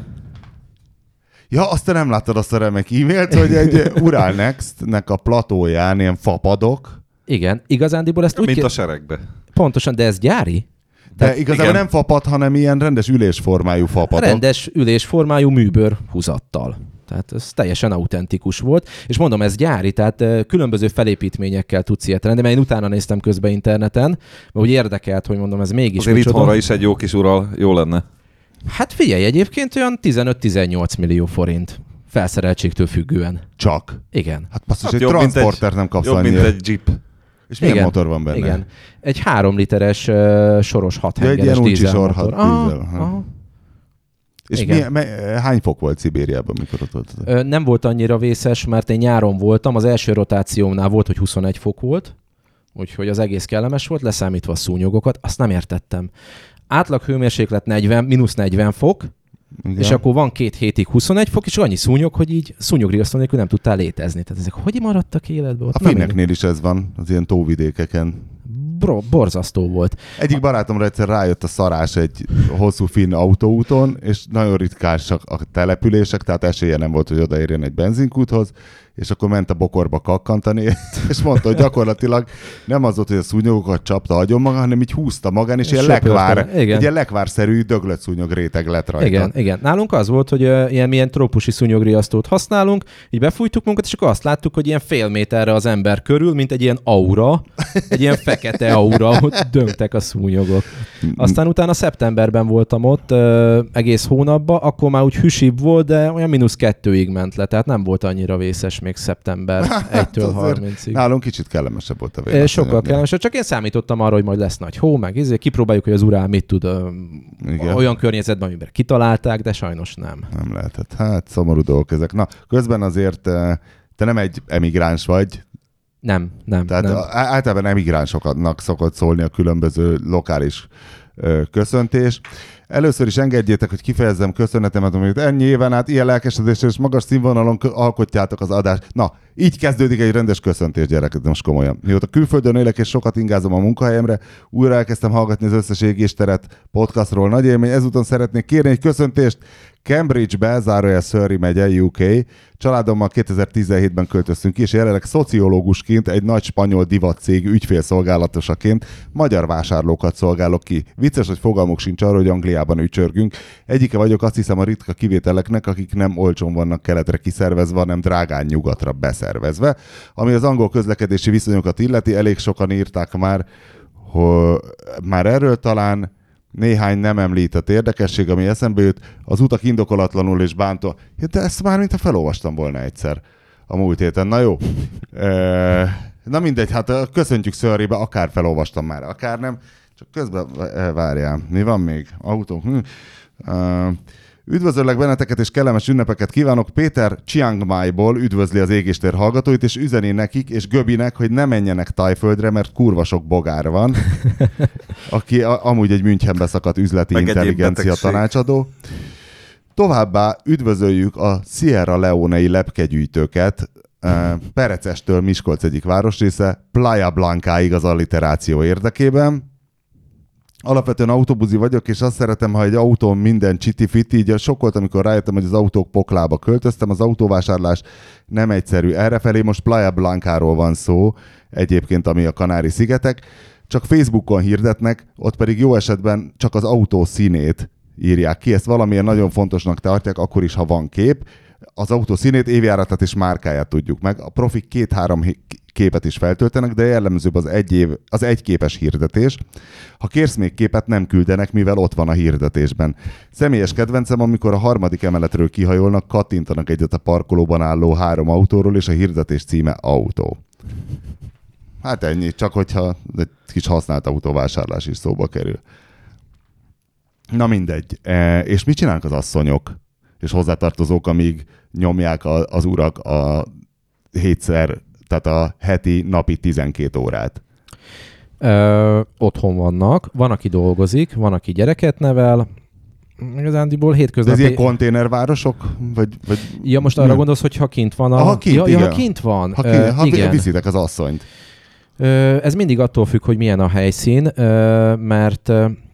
Ja, azt te nem láttad azt a remek e-mailt, hogy egy Ural Next-nek a platóján ilyen fapadok. Igen, igazándiból ezt úgy... Mint a seregbe. Pontosan, de ez gyári? De igazából nem fapad, hanem ilyen rendes ülésformájú fapadok. Rendes ülésformájú műbőr húzattal. Tehát ez teljesen autentikus volt. És mondom, ez gyári, tehát különböző felépítményekkel tudsz ilyet rendelni, mert én utána néztem közben interneten, mert úgy érdekelt, hogy mondom, ez mégis azért micsoda. Itthonra is egy jó kis Ural jó lenne. Hát figyelj, egyébként olyan 15-18 millió forint. Felszereltségtől függően. Csak? Igen. Hát basszus, egy transporter nem kapsz annyira. Jobb, mint egy Jeep. És milyen motor van benne? Igen. Egy 3 literes soros 6 hengeres dízelmotor. Egy ilyen uncsi dízel. És hány fok volt Szibériában, mikor ott voltatok? Nem volt annyira vészes, mert én nyáron voltam. Az első rotációmnál volt, hogy 21 fok volt, úgyhogy az egész kellemes volt, leszámítva a szúnyogokat. Azt nem értettem. Átlag hőmérséklet -40 fok, igen. És akkor van 2 hétig 21 fok, és annyi szúnyog, hogy így szúnyogriasztó nélkül nem tudtál létezni. Tehát ezek hogy maradtak életben? A finneknél is ez van, az ilyen tóvidékeken. Borzasztó volt. Egyik barátomra egyszer rájött a szarás egy hosszú finn autóúton, és nagyon ritkásak a települések, tehát esélye nem volt, hogy odaérjen egy benzinkúthoz, és akkor ment a bokorba kakkantani, és mondta, hogy gyakorlatilag nem az volt, hogy a szúnyogokat csapta agyon maga, hanem így húzta magán, és ilyen lekvárszerű döglött szúnyog réteg lett rajta. Igen. Nálunk az volt, hogy milyen trópusi szúnyogriasztót használunk, így befújtuk munkat, és akkor azt láttuk, hogy ilyen fél méterre az ember körül, mint egy ilyen aura, egy ilyen fekete aura, hogy döngtek a szúnyogok. Aztán utána szeptemberben voltam ott egész hónapban, akkor már úgy hűsibb volt, de olyan -2-ig ment le, tehát nem volt annyira vészes még szeptember 1-től 30-ig. Nálunk kicsit kellemesebb volt a véletlen. Sokkal kellemesebb, csak én számítottam arra, hogy majd lesz nagy hó, meg kipróbáljuk, hogy az Ural mit tud olyan környezetben, amiben kitalálták, de sajnos nem. Nem lehetett. Hát szomorú dolgok ezek. Na, közben azért te nem egy emigráns vagy. Nem. Tehát általában emigránsoknak szokott szólni a különböző lokális köszöntés. Először is engedjétek, hogy kifejezzem köszönetemet, amit ennyi éven át ilyen lelkesedéssel és magas színvonalon alkotjátok az adást. Na, így kezdődik egy rendes köszöntés, gyerekek, most komolyan. Mióta külföldön élek és sokat ingázom a munkahelyemre, újra elkezdtem hallgatni az összes égésteret podcastról. Nagy élmény, ezúton szeretnék kérni egy köszöntést Cambridge-be, zárójel Surrey megye, UK. Családommal 2017-ben költöztünk ki, és jelenleg szociológusként egy nagy spanyol divatcég ügyfélszolgálatosaként magyar vásárlókat szolgálok ki. Vicces, hogy fogalmuk sincs arra, hogy Angliában ücsörgünk. Egyike vagyok, azt hiszem, a ritka kivételeknek, akik nem olcsón vannak keletre kiszervezve, hanem drágán nyugatra beszervezve. Ami az angol közlekedési viszonyokat illeti, elég sokan írták már erről talán. Néhány nem említett érdekesség, ami eszembe jut, az utak indokolatlanul és bántó. De ezt már mintha felolvastam volna egyszer a múlt héten. Na jó. Na mindegy, hát köszöntjük Surreybe, akár felolvastam már, akár nem. Csak közben várjál. Mi van még? Autók? Üdvözöllek benneteket és kellemes ünnepeket kívánok. Péter Chiang Mai-ból üdvözli az égéstér hallgatóit, és üzeni nekik és Göbinek, hogy ne menjenek Tajföldre, mert kurva sok bogár van, aki amúgy egy Münchenbe szakadt üzleti intelligencia tanácsadó. Továbbá üdvözöljük a Sierra Leone-i lepkegyűjtőket, Perecestől Miskolc egyik városrésze, Playa Blancáig az alliteráció érdekében. Alapvetően autóbuzi vagyok, és azt szeretem, ha egy autón minden csiti-fiti, így sok volt, amikor rájöttem, hogy az autók poklába költöztem, az autóvásárlás nem egyszerű. Errefelé most Playa Blancáról van szó, egyébként ami a Kanári-szigetek, csak Facebookon hirdetnek, ott pedig jó esetben csak az autó színét írják ki, ezt valamilyen nagyon fontosnak tartják, akkor is, ha van kép. Az autó színét, évjáratát és márkáját tudjuk meg. A profik képet is feltöltenek, de jellemzőbb az egyképes hirdetés. Ha kérsz még képet, nem küldenek, mivel ott van a hirdetésben. Személyes kedvencem, amikor a 3. emeletről kihajolnak, kattintanak egyet a parkolóban álló 3 autóról, és a hirdetés címe autó. Hát ennyi, csak hogyha egy kis használt autóvásárlás is szóba kerül. Na mindegy. És mit csinálnak az asszonyok és hozzátartozók, amíg nyomják az urak a 7-szer, tehát a heti, napi 12 órát? Otthon vannak, van, aki dolgozik, van, aki gyereket nevel, igazándiból hétköznapi... De ez ilyen konténervárosok? Vagy ja, most arra gondolsz, hogy ha kint van a... Ha kint van. Ha viszitek az asszonyt. Ez mindig attól függ, hogy milyen a helyszín, mert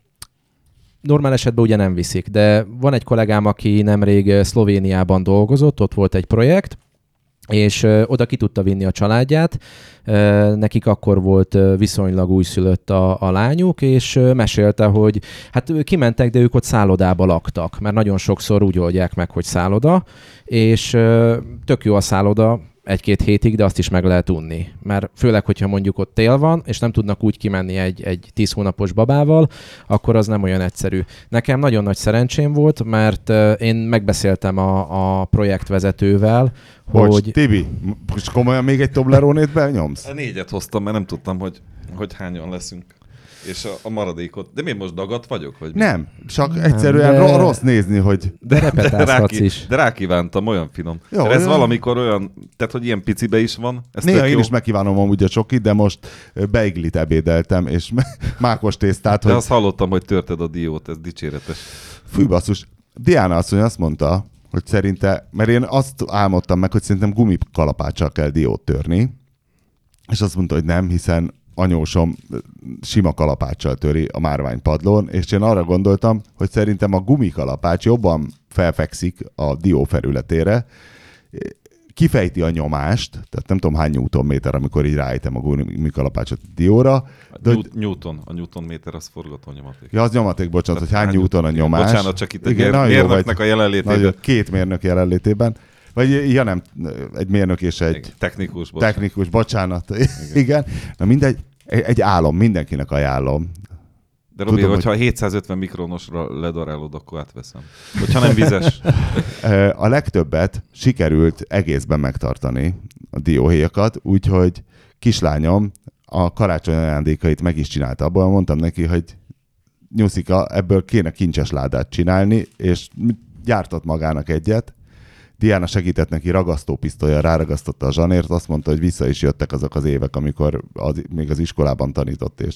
normál esetben ugye nem viszik, de van egy kollégám, aki nemrég Szlovéniában dolgozott, ott volt egy projekt, és oda ki tudta vinni a családját. Nekik akkor volt viszonylag újszülött a lányuk, és mesélte, hogy hát kimentek, de ők ott szállodába laktak, mert nagyon sokszor úgy oldják meg, hogy szálloda, és tök jó a szálloda, 1-2 hétig, de azt is meg lehet unni. Mert főleg, hogyha mondjuk ott tél van, és nem tudnak úgy kimenni egy 10 hónapos babával, akkor az nem olyan egyszerű. Nekem nagyon nagy szerencsém volt, mert én megbeszéltem a projektvezetővel, hogy... Tibi, most komolyan még egy Toblerone-t benyomsz? 4-et hoztam, mert nem tudtam, hogy hányan leszünk. És a maradékot. De miért most dagat vagyok? Vagy nem, csak egyszerűen rossz nézni, hogy... De repetázhatsz is. De rákívántam, olyan finom. Jó, ez valamikor olyan, tehát hogy ilyen picibe is van. Néha én is megkívánom amúgy a csokit, de most beiglit ebédeltem, és mákos tésztát. De azt hallottam, hogy törted a diót, ez dicséretes. Fű basszus. Diana asszony azt mondta, hogy szerinte, mert én azt álmodtam meg, hogy szerintem gumikalapáccsal kell diót törni, és azt mondta, hogy nem, hiszen anyósom sima kalapáccsal töri a márványpadlón, és én arra gondoltam, hogy szerintem a gumikalapács jobban felfekszik a dió felületére, kifejti a nyomást, tehát nem tudom hány newtonméter, amikor így ráejtem a gumikalapácsot a dióra. A newtonméter az forgatónyomaték. Ja, az nyomaték, bocsánat, hogy hány newton a nyomás. Bocsánat, csak itt egy mérnöknek a jelenlétében. Nagyon, 2 mérnök jelenlétében. Vagy, ja nem, egy mérnök és egy... Technikus, bocsánat. Igen. Na mindegy, egy álom, mindenkinek ajánlom. De Robi, hogyha 750 mikronosra ledarálod, akkor átveszem. Hogyha nem vizes. A legtöbbet sikerült egészben megtartani a dióhéjakat, úgyhogy kislányom a karácsony ajándékait meg is csinálta. Abban mondtam neki, hogy Nyuszika, ebből kéne kincses ládát csinálni, és gyártott magának egyet. Diana segített neki ragasztópisztollyal, ráragasztotta a zsanért, azt mondta, hogy vissza is jöttek azok az évek, amikor még az iskolában tanított, és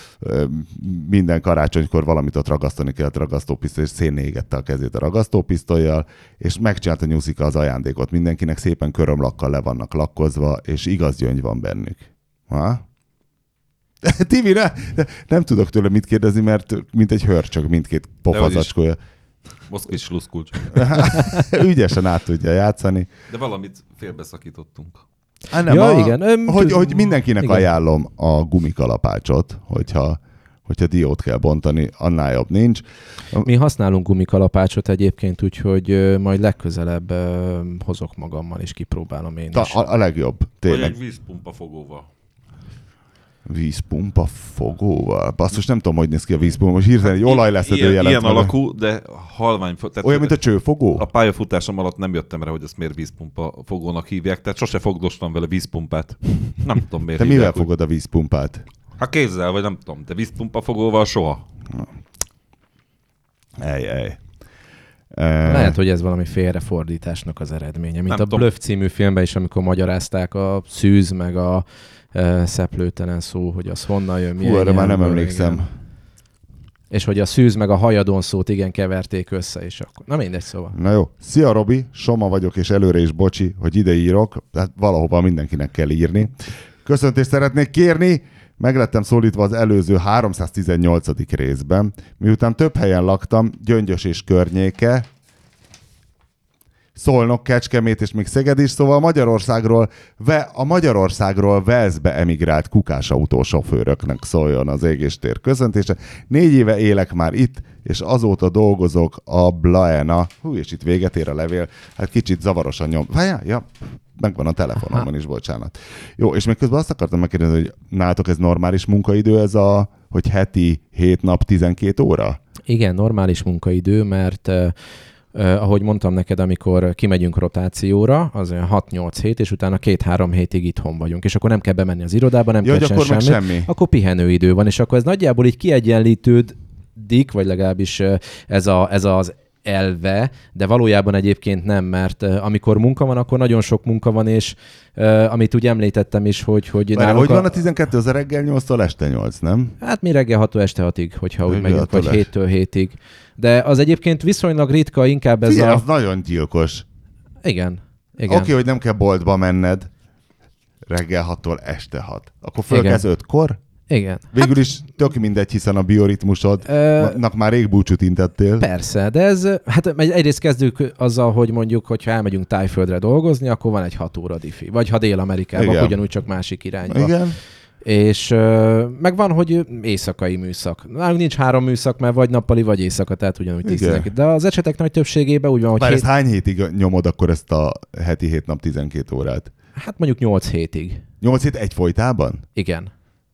minden karácsonykor valamit ott ragasztani kellett ragasztópisztoly, és szénné égette a kezét a ragasztópisztollyal, és megcsinálta Nyuszika az ajándékot. Mindenkinek szépen körömlakkal le vannak lakkozva, és igaz gyöngy van bennük. Ha? Tibi, nem tudok tőle mit kérdezni, mert mint egy hörcsög mindkét pofazacskója. Moszkvis sluszkulcs. Ügyesen át tudja játszani. De valamit félbeszakítottunk. Nem, ja, igen. Hogy mindenkinek igen. Ajánlom a gumikalapácsot, hogyha diót kell bontani, annál jobb nincs. Mi használunk gumikalapácsot egyébként, úgyhogy majd legközelebb hozok magammal, és kipróbálom én is. A legjobb, tényleg. Vagy egy vízpumpafogóval. Vízpumpafogóval? Basszus, nem tudom, hogy néz ki a vízpumpa. Most hirtelen egy olajleszedő jelent. Ilyen alakú, de halvány. Olyan, mint a csőfogó? A pályafutásom alatt nem jöttem rá, hogy ezt miért vízpumpafogónak hívják, tehát sose fogdostam vele vízpumpát. Nem tudom, miért. Te mivel fogod a vízpumpát? Hát kézzel, vagy nem tudom, de vízpumpafogóval soha. Lehet, hogy ez valami félrefordításnak az eredménye, mint nem a Bluff című filmben is, amikor magyarázták a szűz meg a szeplőtelen szó, hogy az honnan jön. Hú, erre már nem emlékszem. Igen. És hogy a szűz meg a hajadon szót igen keverték össze, és akkor... Na mindegy, szóval. Na jó. Szia Robi, Soma vagyok, és előre is bocsi, hogy ide írok. Hát valahova mindenkinek kell írni. Köszöntést szeretnék kérni. Meglettem szólítva az előző 318. részben. Miután több helyen laktam, Gyöngyös és környéke, Szolnok, Kecskemét és még Szeged is, szóval a Magyarországról Velszbe emigrált kukásautósofőröknek szóljon az égéstér köszöntése. 4 éve élek már itt, és azóta dolgozok a Blaena. És itt véget ér a levél. Hát kicsit zavarosan nyom. Ja, megvan a telefonomon is, bocsánat. Jó, és még közben azt akartam megkérdezni, hogy nálatok ez normális munkaidő, hogy heti 7 nap 12 óra? Igen, normális munkaidő, mert ahogy mondtam neked, amikor kimegyünk rotációra, az 6-8 hét, és utána 2-3 hétig itthon vagyunk, és akkor nem kell bemenni az irodába, nem kell semmi. Akkor pihenőidő van, és akkor ez nagyjából így kiegyenlítődik, vagy legalábbis ez az elve, de valójában egyébként nem, mert amikor munka van, akkor nagyon sok munka van, és amit úgy említettem is, hogy náluk van a 12, az a reggel 8-tól este 8, nem? Hát mi reggel 6-tól este 6-ig, hogyha úgy megyünk, vagy 7-től 7-ig. De az egyébként viszonylag ritka, inkább ez az nagyon gyilkos. Igen. Oké, hogy nem kell boltba menned reggel 6-tól este 6. Akkor fölkezz 5-kor? Igen. Végül is tök mindegy, hiszen a bioritmusodnak már rég búcsút intettél. Persze, de hát egyrészt kezdjük azzal, hogy mondjuk, hogyha elmegyünk Tájföldre dolgozni, akkor van egy 6 óra diffi. Vagy ha Dél-Amerikában, ugyanúgy csak másik irányba. Igen. És meg van, hogy éjszakai műszak. Nálunk nincs 3 műszak, mert vagy nappali, vagy éjszaka, tehát ugyanúgy 10. De az esetek nagy többségében úgy van, hogy... Bár ezt hány hétig nyomod akkor ezt a heti 7 nap 12 órát? Hát mondjuk 8 hétig. 8 hét egyfolytában? Igen.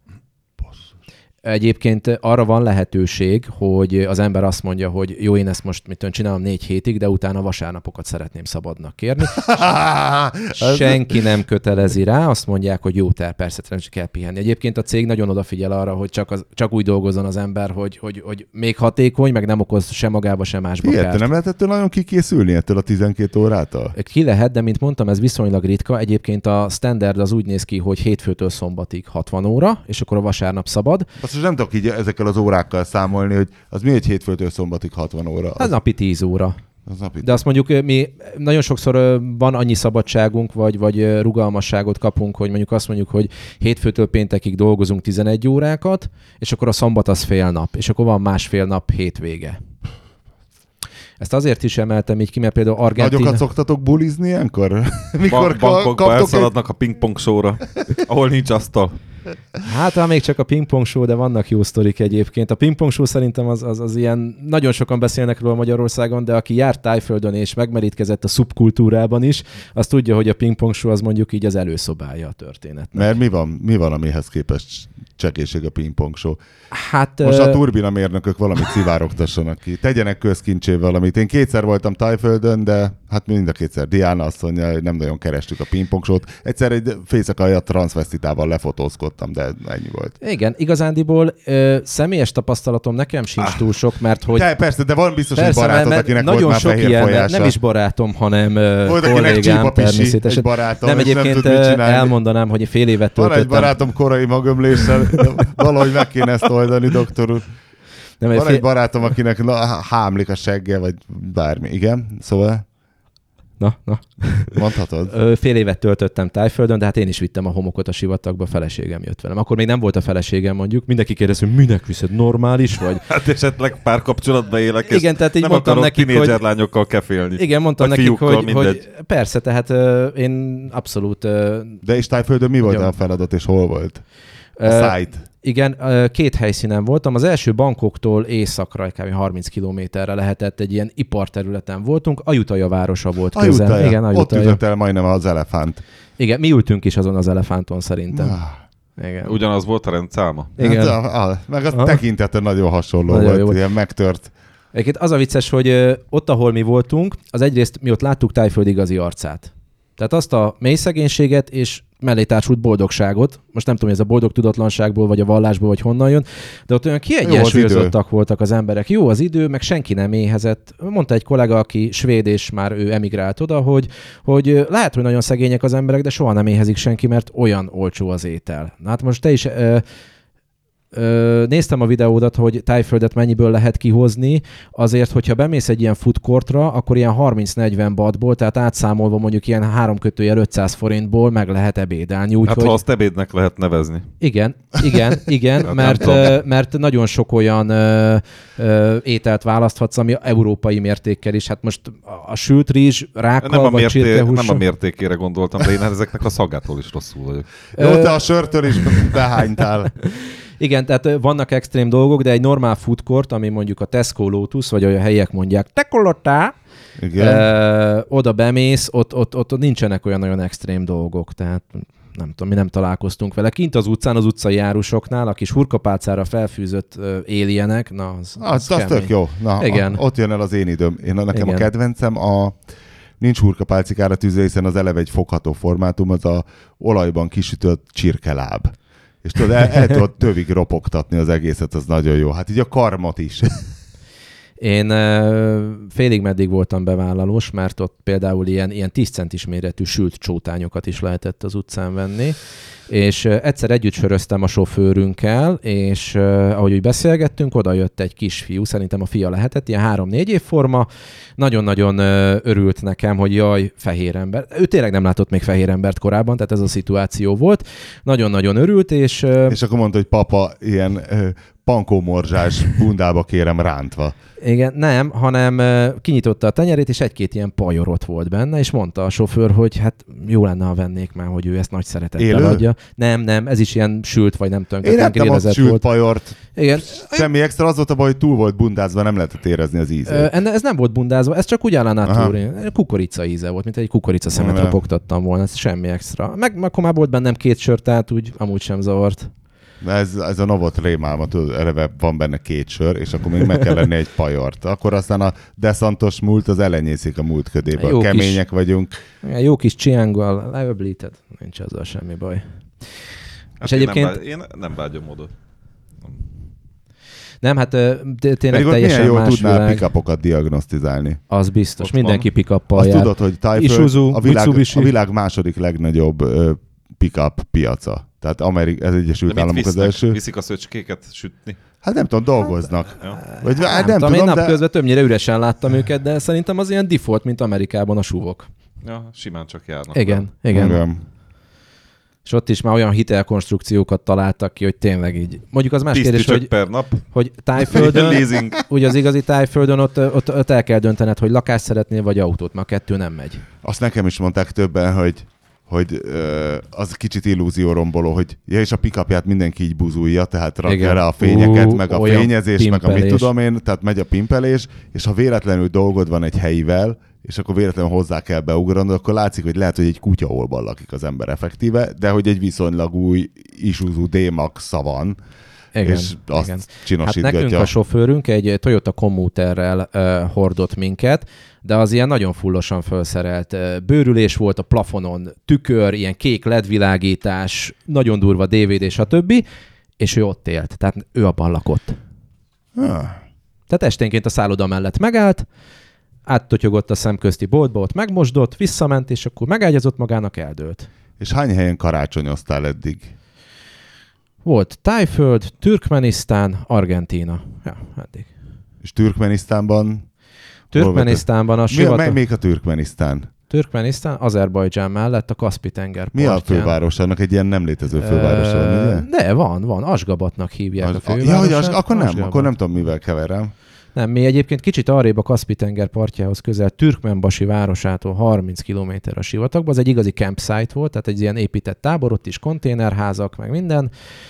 Egyébként arra van lehetőség, hogy az ember azt mondja, hogy jó, én ezt most csinálom 4 hétig, de utána vasárnapokat szeretném szabadnak kérni. Senki nem kötelezi rá, azt mondják, hogy jó, persze kell pihenni. Egyébként a cég nagyon odafigyel arra, hogy csak úgy dolgozzon az ember, hogy még hatékony, meg nem okoz sem magába, sem másba kárt. Nem lehet ettől nagyon kikészülni ettől a 12 órától? Ki lehet, de mint mondtam, ez viszonylag ritka. Egyébként a standard az úgy néz ki, hogy hétfőtől szombatig 60 óra, és akkor a vasárnap szabad. Most nem tudok így ezekkel az órákkal számolni, hogy az mi egy hétfőtől szombatig 60 óra? Az napi 10 óra. De azt mondjuk, mi nagyon sokszor van annyi szabadságunk, vagy rugalmasságot kapunk, hogy mondjuk azt mondjuk, hogy hétfőtől péntekig dolgozunk 11 órákat, és akkor a szombat az fél nap, és akkor van másfél nap hétvége. Ezt azért is emeltem így ki, mert például Argentína... Nagyokat szoktatok bulizni ilyenkor? Mikor Bangkokba elszaladnak a pingpong showra, ahol nincs asztal. Hát még csak a pingpong show, de vannak jó sztorik egyébként. A pingpong show szerintem az ilyen, nagyon sokan beszélnek róla Magyarországon, de aki járt Tájföldön és megmerítkezett a szubkultúrában is, az tudja, hogy a pingpong show az mondjuk így az előszobája a történetnek. Mert mi van amihez képest csekéség a pingpong show? Hát, most a turbinamérnökök valamit szivárogtassanak ki. Tegyenek közkincsé valamit. Én 2-szer voltam Tájföldön, de hát mind a 2-szer Diana azt mondja, hogy nem nagyon kerestük a pingpong show-t. Egyszer egy fészakai transvestitával lefotózkodtam, de ennyi volt. Igen, igazándiból személyes tapasztalatom nekem sincs túl sok, mert hogy... Persze, de van biztos egy barátod, akinek volt már fehér folyása. Nem is barátom, hanem volt, kollégám természetesen. Egy barátom, nem, egyébként nem elmondanám, hogy fél évet töltöttem. Van egy barátom korai magömléssel, valahogy meg kéne ezt oldani, doktor úr. Van egy barátom, akinek hámlik a segge, vagy bármi. Igen, szóval... Na. Mondhatod. Fél évet töltöttem Tájföldön, de hát én is vittem a homokot a sivatagba, a feleségem jött velem. Akkor még nem volt a feleségem, mondjuk. Mindenki kérdezi, hogy minek viszed, normális vagy? Hát esetleg párkapcsolatban élek, és igen, tehát így nem mondtam nekik, tínédzser lányokkal kefélni. Igen, mondtam nekik, hogy persze, tehát én abszolút... De és Tájföldön mi volt a feladat, és hol volt? A site. Igen, 2 helyszínen voltam. Az első Bangkoktól északra, kb. 30 kilométerre lehetett, egy ilyen iparterületen voltunk. Ajutaja városa volt közel. Ajutaja. Igen, Ajutaja. Ott ütött el majdnem az elefánt. Igen, mi ültünk is azon az elefánton szerintem. Igen. Ugyanaz volt a rendszáma? Igen. Hát, meg a tekintete nagyon hasonló nagyon volt, ilyen megtört. Egyébként az a vicces, hogy ott, ahol mi voltunk, az egyrészt mi ott láttuk Tájföld igazi arcát. Tehát azt a mély szegénységet és mellé társult boldogságot, most nem tudom, hogy ez a boldog tudatlanságból, vagy a vallásból, vagy honnan jön, de ott olyan kiegyensúlyozottak voltak az emberek. Jó az idő, meg senki nem éhezett. Mondta egy kollega, aki svéd, és már ő emigrált oda, hogy lehet, hogy nagyon szegények az emberek, de soha nem éhezik senki, mert olyan olcsó az étel. Na hát most te is néztem a videódat, hogy tájföldet mennyiből lehet kihozni, azért, hogyha bemész egy ilyen food courtra, akkor ilyen 30-40 bahtból, tehát átszámolva mondjuk ilyen 3-500 forintból meg lehet ebédelni. Hát ha azt ebédnek lehet nevezni. Igen, mert nagyon sok olyan ételt választhatsz, ami európai mértékkel is. Hát most a sült rizs, rákkal vagy csirkehússal. Nem a mértékére gondoltam, de én ezeknek a szagától is rosszul vagyok. Jó, te a sörtől is behánytál. Igen, tehát vannak extrém dolgok, de egy normál food court, ami mondjuk a Tesco Lotus, vagy ahogy a helyiek mondják, tekolotá, oda bemész, ott nincsenek olyan nagyon extrém dolgok, tehát nem tudom, mi nem találkoztunk vele. Kint az utcán, az utcai járusoknál, a kis hurkapálcára felfűzött éljenek, na az tök jó. Na, igen. Ott jön el az én időm. Nekem a kedvencem nincs hurkapálcikára tűzve, hiszen az eleve egy fogható formátum, az a olajban kisütött csirkeláb. És tudod, el tudod tövig ropogtatni az egészet, az nagyon jó. Hát így a karmot is. Én félig meddig voltam bevállalós, mert ott például ilyen 10 centis méretű sült csótányokat is lehetett az utcán venni, és egyszer együtt söröztem a sofőrünkkel, és ahogy úgy beszélgettünk, oda jött egy kisfiú, szerintem a fia lehetett, ilyen 3-4 évforma, nagyon-nagyon örült nekem, hogy jaj, fehér ember. Ő tényleg nem látott még fehér embert korábban, tehát ez a szituáció volt. Nagyon-nagyon örült, és akkor mondta, hogy papa ilyen pankómorzsás bundába kérem rántva. Igen, nem, hanem kinyitotta a tenyerét, és egy-két ilyen pajor ott volt benne, és mondta a sofőr, hogy hát jó lenne, ha vennék már, hogy ő ezt nagy szeretettel adja. Nem, ez is ilyen sült, vagy nem tudom. Én ettem azt sült volt. Pajort. Igen. Semmi extra, az volt a baj, hogy túl volt bundázva, nem lehetett érezni az ízét. Ez nem volt bundázva, ez csak úgy áll a natúri. Kukorica íze volt, mint egy kukorica szemet ropogtattam volna, ez semmi extra. Meg akkor már volt bennem 2 sör, tehát úgy amúgy sem zavart. Ez a Novot rémálma, eleve van benne 2 sör, és akkor még meg kell lenni egy pajort. Akkor aztán a deszantos múlt az elenyészik a múlt ködébe. Kemények vagyunk. Jó kis csiánggal leöblíted, nincs azzal semmi baj. Hát és egyébként... én nem vágyom oda. Nem, hát tényleg teljesen milyen jól más tudnál világ. pick-upokat diagnosztizálni. Az biztos, ott mindenki pick-uppal azt jár. Tudod, hogy Tájföld a világ második legnagyobb pick-up piaca. Tehát ez Egyesült Államok az első. Viszik a szöcskéket sütni? Hát nem tudom, dolgoznak. Vagy, nem tudom, én napközben többnyire üresen láttam őket, de szerintem az ilyen default, mint Amerikában a suvok. Ja, simán csak járnak. Igen. És ott is már olyan hitelkonstrukciókat találtak ki, hogy tényleg így. Mondjuk az más kérdés, hogy, per nap. Hogy Tájföldön, ugye az igazi Tájföldön ott el kell döntened, hogy lakást szeretnél, vagy autót, mert a 2 nem megy. Azt nekem is mondták többen, hogy az kicsit illúzióromboló, hogy és a pick-upját mindenki így buzulja, tehát rakja rá a fényeket, meg a fényezés, pimpelés. Meg a mit tudom én, tehát megy a pimpelés, és ha véletlenül dolgod van egy helyivel, és akkor véletlenül hozzá kell beugranod, akkor látszik, hogy lehet, hogy egy kutyaolban lakik az ember effektíve, de hogy egy viszonylag új Isuzu D-Max-a van, és azt csinosítgatja. Hát nekünk a sofőrünk egy Toyota Commuterrel hordott minket, de az ilyen nagyon fullosan felszerelt bőrülés volt a plafonon, tükör, ilyen kék LED-világítás, nagyon durva DVD, stb. És ő ott élt, tehát ő abban lakott. Tehát esténként a szálloda mellett megállt, áttotyogott a szemközti boltba, ott megmosdott, visszament, és akkor megágyazott magának, eldőlt. És hány helyen karácsonyoztál eddig? Volt Tájföld, Türkmenisztán, Argentína. Ja, eddig. És Türkmenisztánban a sivatag... Még a Türkmenisztán? Türkmenisztán, Azerbajdzsán mellett a Kaszpi-tenger partján. Mi a főváros? Annak egy ilyen nem létező fővárosa van, ugye? De van. Asgabatnak hívják a fővárosát. Akkor nem tudom, mivel keverem. Nem, mi egyébként kicsit arrébb a Kaszpi-tenger partjához közel, Türkmenbasi városától 30 km a sivatagban. Az egy igazi campsite volt, tehát egy ilyen épített tábor, ott is konténerházak, meg minden.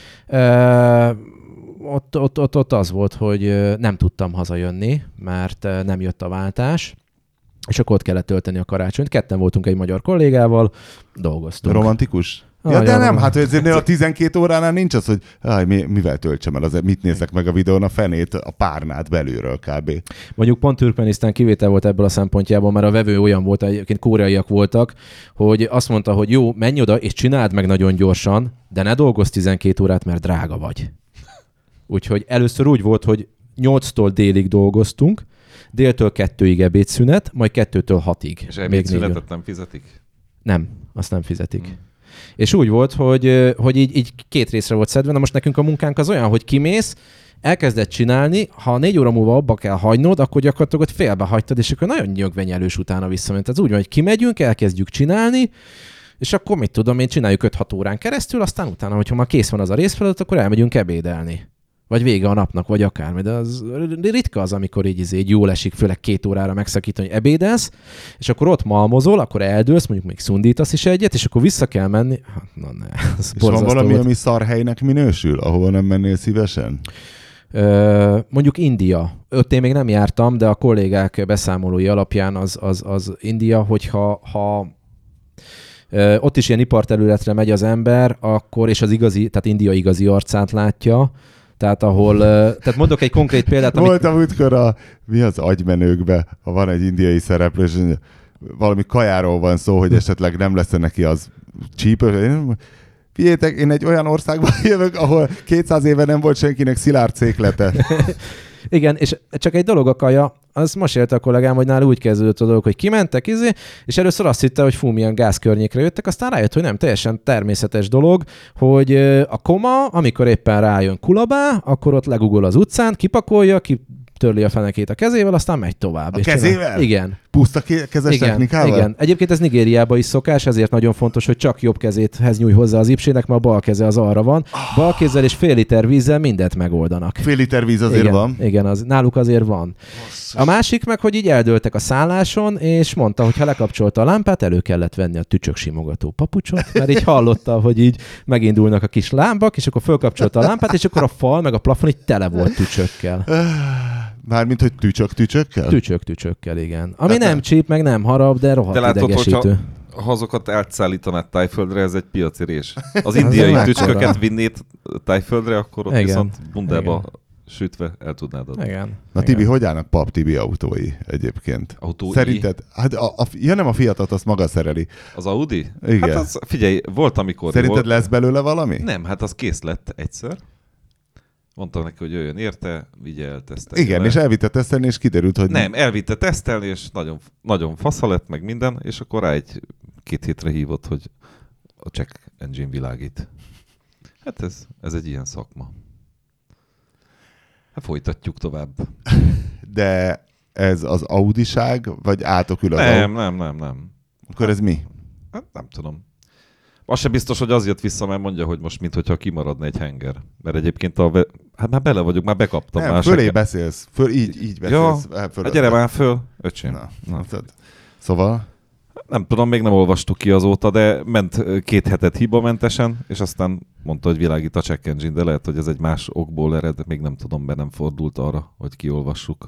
Ott az volt, hogy nem tudtam hazajönni, mert nem jött a váltás, és akkor ott kellett tölteni a karácsonyt. Ketten voltunk egy magyar kollégával, dolgoztunk. Romantikus? Ja, de nem, hát ezért a 12 óránál nincs az, hogy mivel töltsem el, mit nézek meg a videón, a fenét, a párnát belülről kb. Mondjuk pont Türkmenisztán kivétel volt ebből a szempontjából, mert a vevő olyan volt, egyébként koreaiak voltak, hogy azt mondta, hogy jó, menj oda és csináld meg nagyon gyorsan, de ne dolgozz 12 órát, mert drága vagy. Úgyhogy először úgy volt, hogy 8-tól délig dolgoztunk, déltől 2-ig ebédszünet, majd 2-től 6-ig. És ebédszünetet nem fizetik? Nem, azt nem fizetik. És úgy volt, hogy így 2 részre volt szedve. Na most nekünk a munkánk az olyan, hogy kimész, elkezded csinálni, ha 4 óra múlva abba kell hagynod, akkor gyakorlatilag ott félbe hagytad, és akkor nagyon nyögvenyelős utána visszament. Tehát úgy van, hogy kimegyünk, elkezdjük csinálni, és akkor mit tudom én, csináljuk 5-6 órán keresztül, aztán utána, hogyha már kész van az a részfeladat, akkor elmegyünk ebédelni. Vagy vége a napnak, vagy akármi. De az ritka az, amikor így jól esik, főleg 2 órára megszakítani, hogy ebédelsz, és akkor ott malmozol, akkor eldőlsz, mondjuk még szundítasz is egyet, és akkor vissza kell menni. Na ne, és van valami, ami szarhelynek minősül, ahova nem mennél szívesen? Mondjuk India. Ott én még nem jártam, de a kollégák beszámolói alapján az India, hogyha ott is ilyen iparterületre megy az ember, akkor, és az igazi, tehát India igazi arcát látja, tehát ahol, tehát mondok egy konkrét példát. Voltam útkor mi az agymenőkbe, ha van egy indiai szereplő, és valami kajáról van szó, hogy esetleg nem lesz neki az csípő. Figyeljetek, én egy olyan országban jövök, ahol 200 éve nem volt senkinek szilárd széklete. Igen, és csak egy dolog a kaja, az most élte a kollégám, hogy nála úgy kezdődött a dolog, hogy kimentek, és először azt hitte, hogy milyen gázkörnyékre jöttek, aztán rájött, hogy nem, teljesen természetes dolog, hogy a koma, amikor éppen rájön Kulabá, akkor ott legugol az utcán, kipakolja, törli a fenekét a kezével, aztán megy tovább. A kezével? Igen. Puszta kezes technikával? Igen. Egyébként ez Nigériában is szokás, ezért nagyon fontos, hogy csak jobb kezéthez nyúj hozzá az ipsének, mert a bal keze az arra van. Bal kézzel és fél liter vízzel mindent megoldanak. Fél liter víz azért van? Igen, náluk azért van. A másik meg, hogy így eldőltek a szálláson, és mondta, hogy ha lekapcsolta a lámpát, elő kellett venni a tücsöksimogató papucsot, mert így hallotta, hogy így megindulnak a kis lámpák, és akkor fölkapcsolta a lámpát, és akkor a fal meg a plafon így tele volt tücsökkel. Mármint, hogy tücsökkel? Tücsökkel, igen. Ami nem csíp, meg nem harap, de rohadt idegesítő. Ha azokat átszállítanád Tájföldre, ez egy piaci rés. Az indiai tücsköket vinnéd Tájföldre, akkor ott viszont bundába sütve el tudnád adni. Igen. Na Tibi, hogy állnak Pap Tibi autói egyébként? Autói? Szerinted? Hát nem a Fiatot, azt maga szereli. Az Audi? Igen. Hát az, figyelj, volt amikor... Szerinted lesz belőle valami? Nem, hát az kész lett egyszer. Mondtam neki, hogy jöjjön érte, vigye el tesztelni. Igen, és elvitte tesztelni, és kiderült, hogy... Nem, elvitte tesztelni, és nagyon, nagyon fasza lett, meg minden, és akkor rá 2 hétre hívott, hogy a check engine világít. Hát ez egy ilyen szakma. Hát folytatjuk tovább. De ez az Audiság, vagy átokül az Nem. Akkor ez mi? Hát nem tudom. Az sem biztos, hogy az jött vissza, mert mondja, hogy most minthogyha kimaradna egy henger. Mert egyébként hát már bele vagyok, már bekaptam. Nem, fölé beszélsz. Így beszélsz. Ja, hát gyere már föl, öcsém. Na. Szóval? Nem tudom, még nem olvastuk ki azóta, de ment 2 hetet hibamentesen, és aztán mondta, hogy világít a check engine, de lehet, hogy ez egy más okból ered, még nem tudom, mert nem fordult arra, hogy kiolvassuk.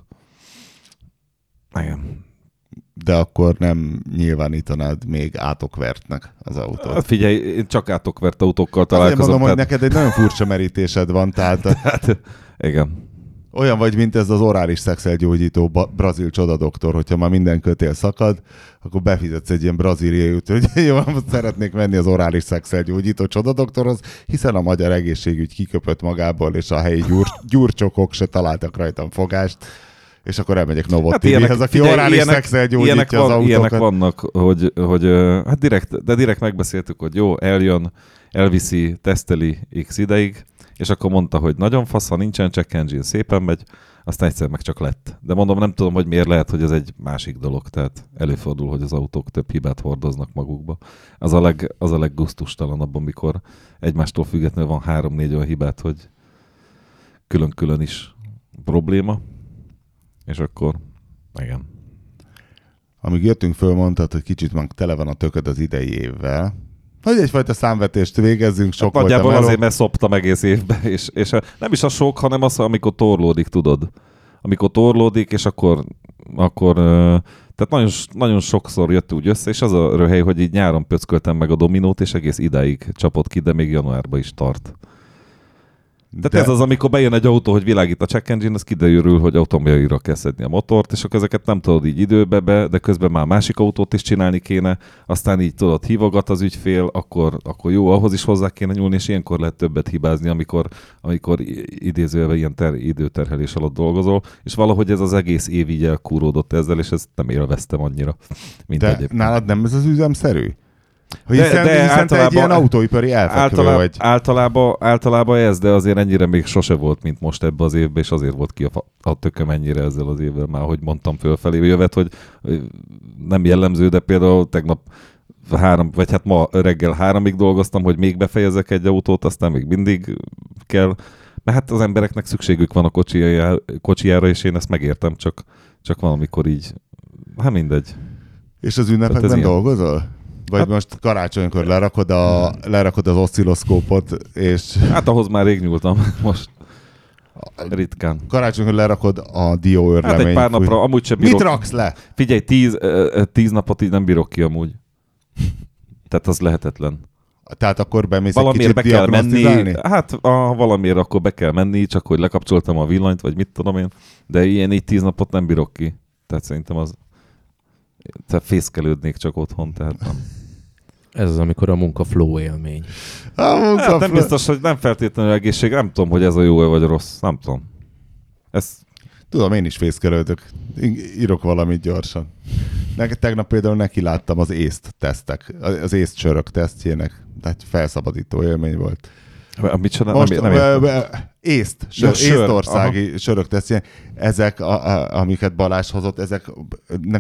Igen. De akkor nem nyilvánítanád még átokvertnek az autót. Hát figyelj, én csak átokvert autókkal találkozom. Azért mondom, hogy neked egy nagyon furcsa merítésed van, tehát... Hát, igen. Olyan vagy, mint ez az orális szexelgyógyító brazil csodadoktor, hogyha már minden kötél szakad, akkor befizetsz egy ilyen braziliai úton, hogy jó, szeretnék menni az orális szexelgyógyító csodadoktorhoz, hiszen a magyar egészségügy kiköpött magából, és a helyi gyurcsokok se találtak rajtam fogást. És akkor elmegyek Novotibihez, aki orális szexel gyógyítja az autókat. Ilyenek vannak, hogy hát direkt megbeszéltük, hogy jó, eljön, elviszi, teszteli x ideig, és akkor mondta, hogy nagyon fasz, ha nincsen check engine, szépen megy, aztán egyszer meg csak lett. De mondom, nem tudom, hogy miért lehet, hogy ez egy másik dolog, tehát előfordul, hogy az autók több hibát hordoznak magukba. Az a leggusztustalanabb, amikor egymástól függetlenül van 3-4 olyan hibát, hogy külön-külön is probléma. És akkor, igen. Amíg jöttünk föl, mondtad, hogy kicsit már tele van a tököd az idei évvel. Hogy egyfajta számvetést végezzünk, sok volt a meló. Nagyjából azért, mert szoptam egész évben, és nem is a sok, hanem az, amikor torlódik, tudod. Amikor torlódik, és akkor tehát nagyon, nagyon sokszor jött úgy össze, és az a röhely, hogy így nyáron pöcköltem meg a dominót, és egész idáig csapott ki, de még januárban is tart. Tehát ez az, amikor bejön egy autó, hogy világít a check engine, az kiderül, hogy automobilra kell szedni a motort, és akkor ezeket nem tudod így időbe, de közben már másik autót is csinálni kéne, aztán így tudod, hívogat az ügyfél, akkor jó, ahhoz is hozzá kéne nyúlni, és ilyenkor lehet többet hibázni, amikor idézőjelben ilyen időterhelés alatt dolgozol, és valahogy ez az egész év így elkúródott ezzel, és ezt nem élveztem annyira, mint de egyébként. Nálad nem ez az üzemszerű? Hiszen te egy ilyen autóipari elfekvő vagy. Általában ez, de azért ennyire még sose volt, mint most ebbe az évben, és azért volt ki a tököm ennyire ezzel az évvel, már hogy mondtam fölfelé jövet, hogy nem jellemző, de például tegnap ma reggel 3-ig dolgoztam, hogy még befejezek egy autót, aztán még mindig kell, mert hát az embereknek szükségük van a kocsijára, és én ezt megértem, csak valamikor így, hát mindegy. És az ünnepekben dolgozol? Vagy most karácsonykor lerakod az oszcilloszkópot, és... Hát ahhoz már rég nyúltam most. Ritkán. Karácsonykor lerakod a dióőrleményt. Hát egy pár napra amúgy sem bírok. Mit raksz le? Figyelj, 10 napot így nem bírok ki amúgy. Tehát az lehetetlen. Tehát akkor bemész egy kicsit diagnosztizálni? Hát valamiért akkor be kell menni, csak hogy lekapcsoltam a villanyt, vagy mit tudom én. De ilyen így 10 napot nem bírok ki. Tehát szerintem az... Tehát fészkelődnék csak otthon, tehát nem. Ez az, amikor a munka flow élmény. Hát nem biztos, hogy nem feltétlenül egészség. Nem tudom, hogy ez a jó vagy rossz. Nem tudom. Tudom, én is fészkelődök. Írok valamit gyorsan. Tegnap például neki láttam az észt tesztek. Az észt sörök tesztjének. Tehát felszabadító élmény volt. Észtországi sörök tesztjének. Ezek, amiket Balázs hozott, ezeknek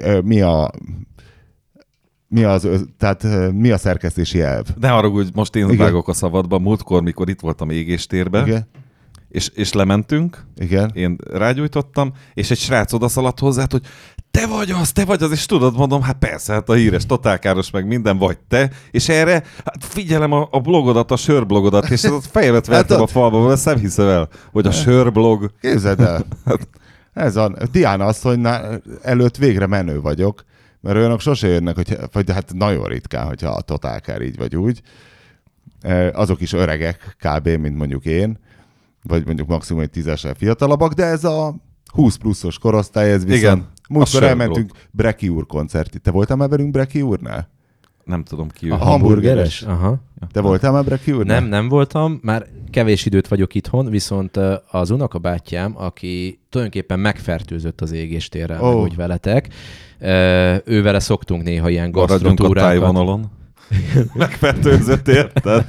mi a szerkesztési elv? Ne haragudj, most én vágok a szabadba. Múltkor, mikor itt voltam égéstérben, és lementünk, igen. Én rágyújtottam, és egy srác odaszaladt hozzá, hogy te vagy az, és tudod, mondom, hát persze, hát a híres totálkáros meg minden vagy te, és erre hát figyelem a blogodat, a sörblogodat, és a fejemet vertem a falba, mert ezt nem hiszem el, hogy a sörblog... Képzeld el. Ez a Diana asszony előtt végre menő vagyok, mert olyanok sose jönnek, vagy hát nagyon ritkán, hogyha a totálkár így vagy úgy. Azok is öregek, kb. Mint mondjuk én, vagy mondjuk maximum egy 10-essel fiatalabbak, de ez a 20 pluszos korosztály, ez viszont... Múltkor elmentünk Breki úr koncertig. Te voltál már velünk Breki úrnál? Nem tudom ki. A hamburgeres? Aha. Te voltál már Breki úrnál? Nem voltam. Már kevés időt vagyok itthon, viszont az unokabátyám, aki tulajdonképpen megfertőzött az égéstérrel, meg úgy veletek, ővele szoktunk néha ilyen gasztrotúrákat. Megfertőzött, érted?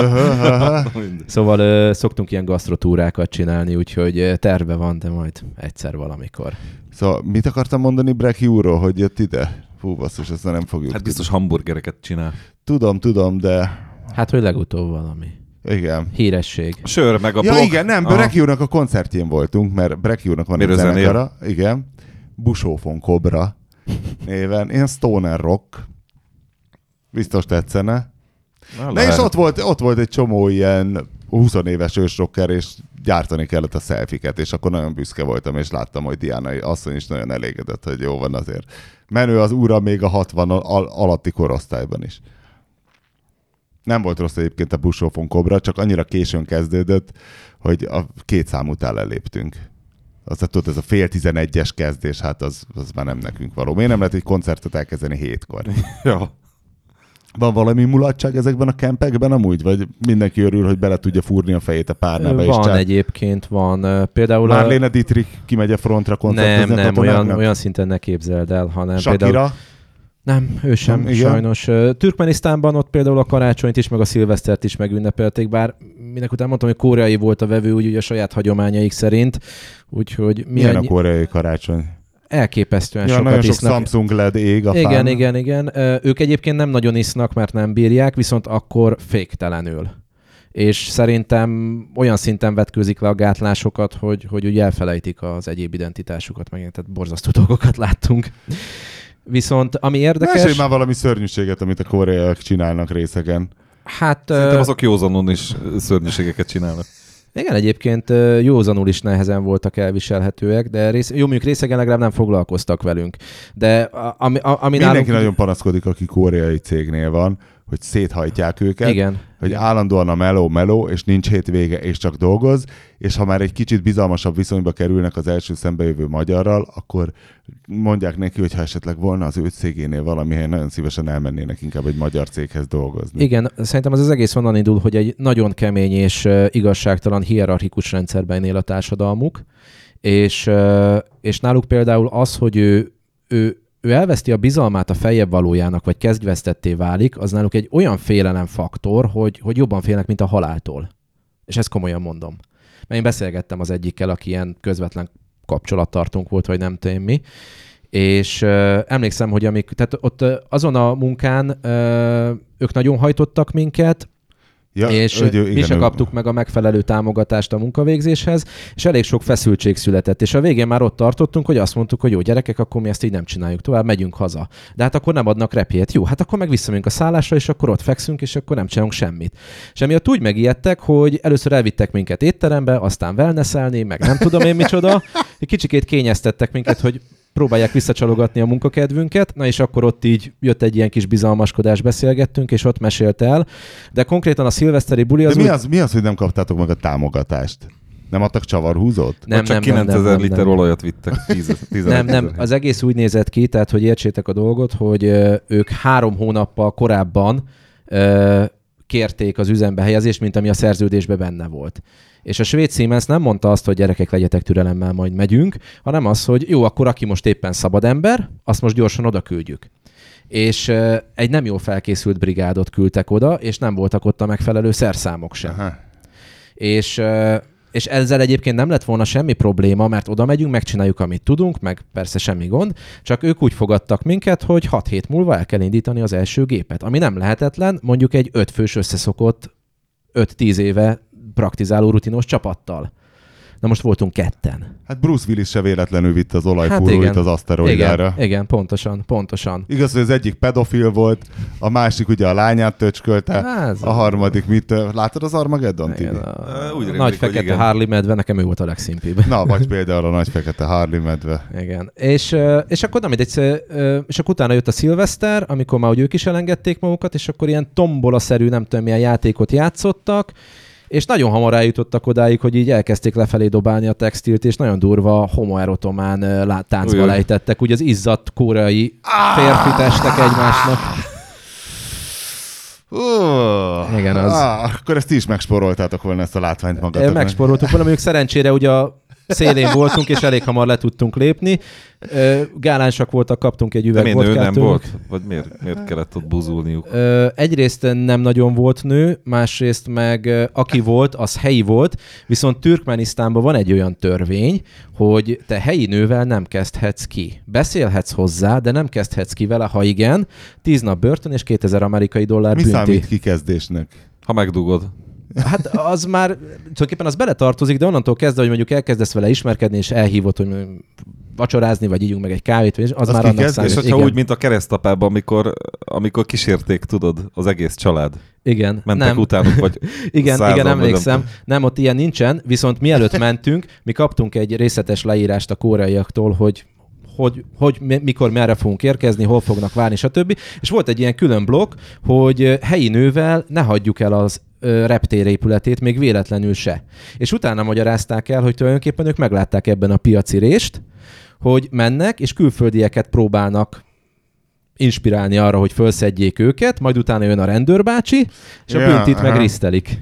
Szóval szoktunk ilyen gasztrotúrákat csinálni, úgyhogy terve van, de majd egyszer valamikor. Szóval mit akartam mondani Breki úrról, hogy jött ide? Fú, basszus, ezt nem fogjuk. Hát biztos hamburgereket csinál. Tudom, de... Hát, hogy legutóbb valami. Igen. Híresség. A sör, meg a blog. Ja, igen, nem, Breki úrnak a koncertjén voltunk, mert Breki úrnak van egy zenekara. Igen. Bushófon Cobra néven. Ilyen stoner rock. Biztos tetszene. Na és ott volt egy csomó ilyen 20 éves ősrocker, és gyártani kellett a selfiket, és akkor nagyon büszke voltam, és láttam, hogy Diana asszony is nagyon elégedett, hogy jó van azért. Menő az úra még a 60 alatti korosztályban is. Nem volt rossz egyébként a Bushófon Cobra, csak annyira későn kezdődött, hogy a 2 szám után leléptünk. Aztán tudod, ez a fél 11-es kezdés, hát az már nem nekünk való. Miért nem lehet egy koncertet elkezdeni 7-kor? Ja. Van valami mulatság ezekben a kempekben amúgy? Vagy mindenki örül, hogy bele tudja fúrni a fejét a párnába? Van egyébként, van. Például Marlene Dietrich kimegy a frontra koncertezni? Nem, olyan szinten ne képzeld el, hanem Shakira? Például... Nem, ő sem, nem, sajnos. Türkmenisztánban ott például a karácsonyt is, meg a szilvesztert is megünnepelték, bár minek után mondtam, hogy koreai volt a vevő, úgy a saját hagyományaik szerint. Úgyhogy milyen a koreai karácsony? Elképesztően sokat nagyon isznak. Sok Samsung LED ég a fán. Igen. Ők egyébként nem nagyon isznak, mert nem bírják, viszont akkor féktelenül. És szerintem olyan szinten vetkőzik le a gátlásokat, hogy ugye elfelejtik az egyéb identitásukat, meg tehát borzasztó dolgokat láttunk. Viszont ami érdekes... Mesélj már valami szörnyűséget, amit a koreaiak csinálnak részegen. Hát... Szerintem azok józanon is szörnyűségeket csinálnak. Igen, egyébként józanul is nehezen voltak elviselhetőek, de mondjuk részegen legalább nem foglalkoztak velünk. De ami mindenki nálunk... nagyon panaszkodik, aki koreai cégnél van, hogy széthajtják őket, igen, hogy igen. Állandóan a meló, és nincs hétvége, és csak dolgoz, és ha már egy kicsit bizalmasabb viszonyba kerülnek az első szembejövő magyarral, akkor mondják neki, hogy ha esetleg volna az ő cégénél valami helyen, nagyon szívesen elmennének inkább egy magyar céghez dolgozni. Igen, szerintem az egész onnan indul, hogy egy nagyon kemény és igazságtalan hierarchikus rendszerben él a társadalmuk, és náluk például az, hogy ő ő elveszti a bizalmát a feljebb valójának, vagy kezdvesztetté válik, az náluk egy olyan félelemfaktor, hogy jobban félnek, mint a haláltól. És ezt komolyan mondom. Mert én beszélgettem az egyikkel, aki ilyen közvetlen kapcsolattartónk volt, vagy nem tudom mi, és emlékszem, hogy tehát ott azon a munkán ők nagyon hajtottak minket, és mi se kaptuk meg a megfelelő támogatást a munkavégzéshez, és elég sok feszültség született. És a végén már ott tartottunk, hogy azt mondtuk, hogy jó gyerekek, akkor mi ezt így nem csináljuk tovább, megyünk haza. De hát akkor nem adnak repjét. Jó, hát akkor meg visszamegyünk a szállásra, és akkor ott fekszünk, és akkor nem csinálunk semmit. És emiatt úgy megijedtek, hogy először elvittek minket étterembe, aztán wellnesselni, meg nem tudom én micsoda. Egy kicsikét kényeztettek minket, hogy próbálják visszacsalogatni a munkakedvünket, na és akkor ott így jött egy ilyen kis bizalmaskodás, beszélgettünk, és ott mesélte el. De konkrétan a szilveszteri buli az... De mi az, hogy nem kaptátok meg a támogatást? Nem adtak csavarhúzót? Nem, csak 9000 liter olajat vittek. 10 nem, az egész úgy nézett ki, tehát hogy értsétek a dolgot, hogy ők 3 hónappal korábban kérték az üzembe helyezést, mint ami a szerződésben benne volt. És a svéd Siemens nem mondta azt, hogy gyerekek, legyetek türelemmel, majd megyünk, hanem az, hogy jó, akkor aki most éppen szabad ember, azt most gyorsan oda küldjük. És egy nem jól felkészült brigádot küldtek oda, és nem voltak ott a megfelelő szerszámok sem. Aha. És ezzel egyébként nem lett volna semmi probléma, mert oda megyünk, megcsináljuk, amit tudunk, meg persze semmi gond, csak ők úgy fogadtak minket, hogy 6 hét múlva el kell indítani az első gépet, ami nem lehetetlen, mondjuk egy 5 fős összeszokott 5-10 éve praktizáló rutinos csapattal. Na most voltunk 2. Hát Bruce Willis se véletlenül vitt az olajfúróit az aszteroidára. Igen, pontosan. Igaz, hogy az egyik pedofil volt, a másik ugye a lányát töcskölte, a harmadik mit? Látod az Armageddon, Tibi? Nagy fekete Harley medve, nekem ő volt a legszimpibb. Na, vagy például a nagy fekete Harley medve. Igen. És akkor és akkor utána jött a szilveszter, amikor már ők is elengedték magukat, és akkor ilyen tombola-szerű, nem tudom milyen játékot játszottak, és nagyon hamar eljutottak odáig, hogy így elkezdték lefelé dobálni a textilt, és nagyon durva homoerotomán táncba lejtettek, úgy az izzadt koreai férfi testek egymásnak. Igen, az... Akkor ezt is megspóroltátok volna, ezt a látványt magatoknak. Megspóroltuk volna, mondjuk szerencsére ugye a szélén voltunk, és elég hamar le tudtunk lépni. Gálánsak voltak, kaptunk egy üveg vodkát. De nő nem volt? Vagy miért kellett ott buzulniuk? Egyrészt nem nagyon volt nő, másrészt meg aki volt, az helyi volt, viszont Türkmenisztánban van egy olyan törvény, hogy te helyi nővel nem kezdhetsz ki. Beszélhetsz hozzá, de nem kezdhetsz ki vele, ha igen, 10 nap börtön és 2000 amerikai dollár bünti. Mi számít kikezdésnek? Ha megdugod. Hát az már, tulajdonképpen az beletartozik, de onnantól kezdve, hogy mondjuk elkezdesz vele ismerkedni, és elhívod, hogy vacsorázni, vagy ígyunk meg egy kávét, az már annak számít. És hogyha úgy, mint a keresztapában, amikor kísérték, tudod, az egész család. Igen. Mentek utánuk, vagy igen, emlékszem. Nem, ott ilyen nincsen, viszont mielőtt mentünk, mi kaptunk egy részletes leírást a koreaiaktól, hogy mikor, merre fogunk érkezni, hol fognak várni, stb. És volt egy ilyen külön blokk, hogy helyi nővel ne hagyjuk el az reptérépületét, még véletlenül se. És utána magyarázták el, hogy tulajdonképpen ők meglátták ebben a piaci rést, hogy mennek, és külföldieket próbálnak inspirálni arra, hogy felszedjék őket, majd utána jön a rendőrbácsi, és a büntit meg risztelik.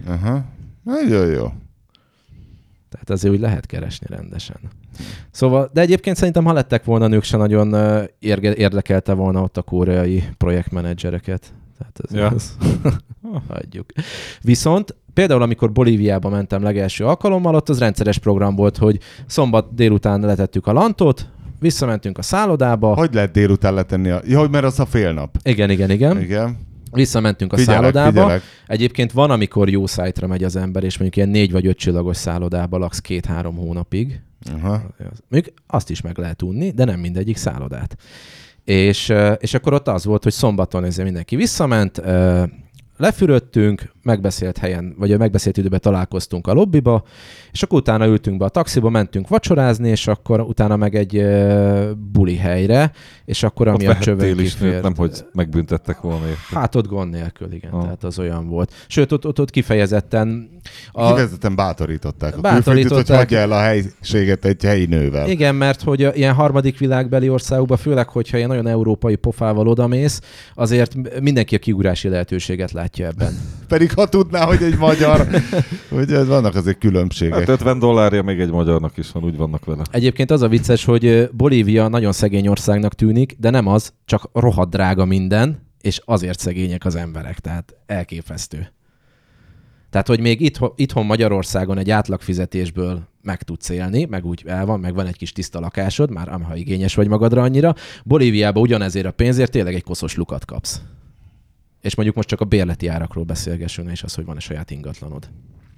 Jó. Tehát azért úgy lehet keresni rendesen. Szóval, de egyébként szerintem, ha lettek volna nők, se nagyon érdekelte volna ott a koreai projektmenedzsereket. Tehát ez hagyjuk. Viszont például, amikor Bolíviába mentem legelső alkalommal, ott az rendszeres program volt, hogy szombat délután letettük a lantot, visszamentünk a szállodába. Hogy lehet délután letenni hogy mert az a fél nap. Igen. Visszamentünk a szállodába. Figyelek. Egyébként van, amikor jó szájtra megy az ember, és mondjuk ilyen 4 vagy 5 csillagos szállodába laksz 2-3 hónapig. Mondjuk azt is meg lehet unni, de nem mindegyik szállodát. És akkor ott az volt, hogy szombaton mindenki visszament, lefürödtünk, megbeszélt helyen, vagy a megbeszélt időben találkoztunk a lobbiba, és akkor utána ültünk be a taxiba, mentünk vacsorázni, és akkor utána meg egy buli helyre, és akkor ami a csövön kifért. Nem, hogy megbüntettek volna. Hát ott gond nélkül, igen, tehát az olyan volt. Sőt, ott kifejezetten... bátorították a külföldit, hogy hagyja el a helységet egy helyi nővel. Igen, mert hogy ilyen harmadik világbeli országokban, főleg, hogyha ilyen nagyon európai pofával odamész, azért mindenki a kiugrási lehetőséget látja ebben. Pedig ha tudná, hogy egy magyar. Hogy vannak azért különbségek. Hát $50 még egy magyarnak is van, úgy vannak vele. Egyébként az a vicces, hogy Bolívia nagyon szegény országnak tűnik, de nem az, csak rohadt drága minden, és azért szegények az emberek, tehát elképesztő. Tehát, hogy még itthon Magyarországon egy átlagfizetésből meg tudsz élni, meg úgy meg van egy kis tiszta lakásod, már ha igényes vagy magadra annyira. Bolíviában ugyanezért a pénzért tényleg egy koszos lukat kapsz. És mondjuk most csak a bérleti árakról beszélgessünk, és az, hogy van-e saját ingatlanod.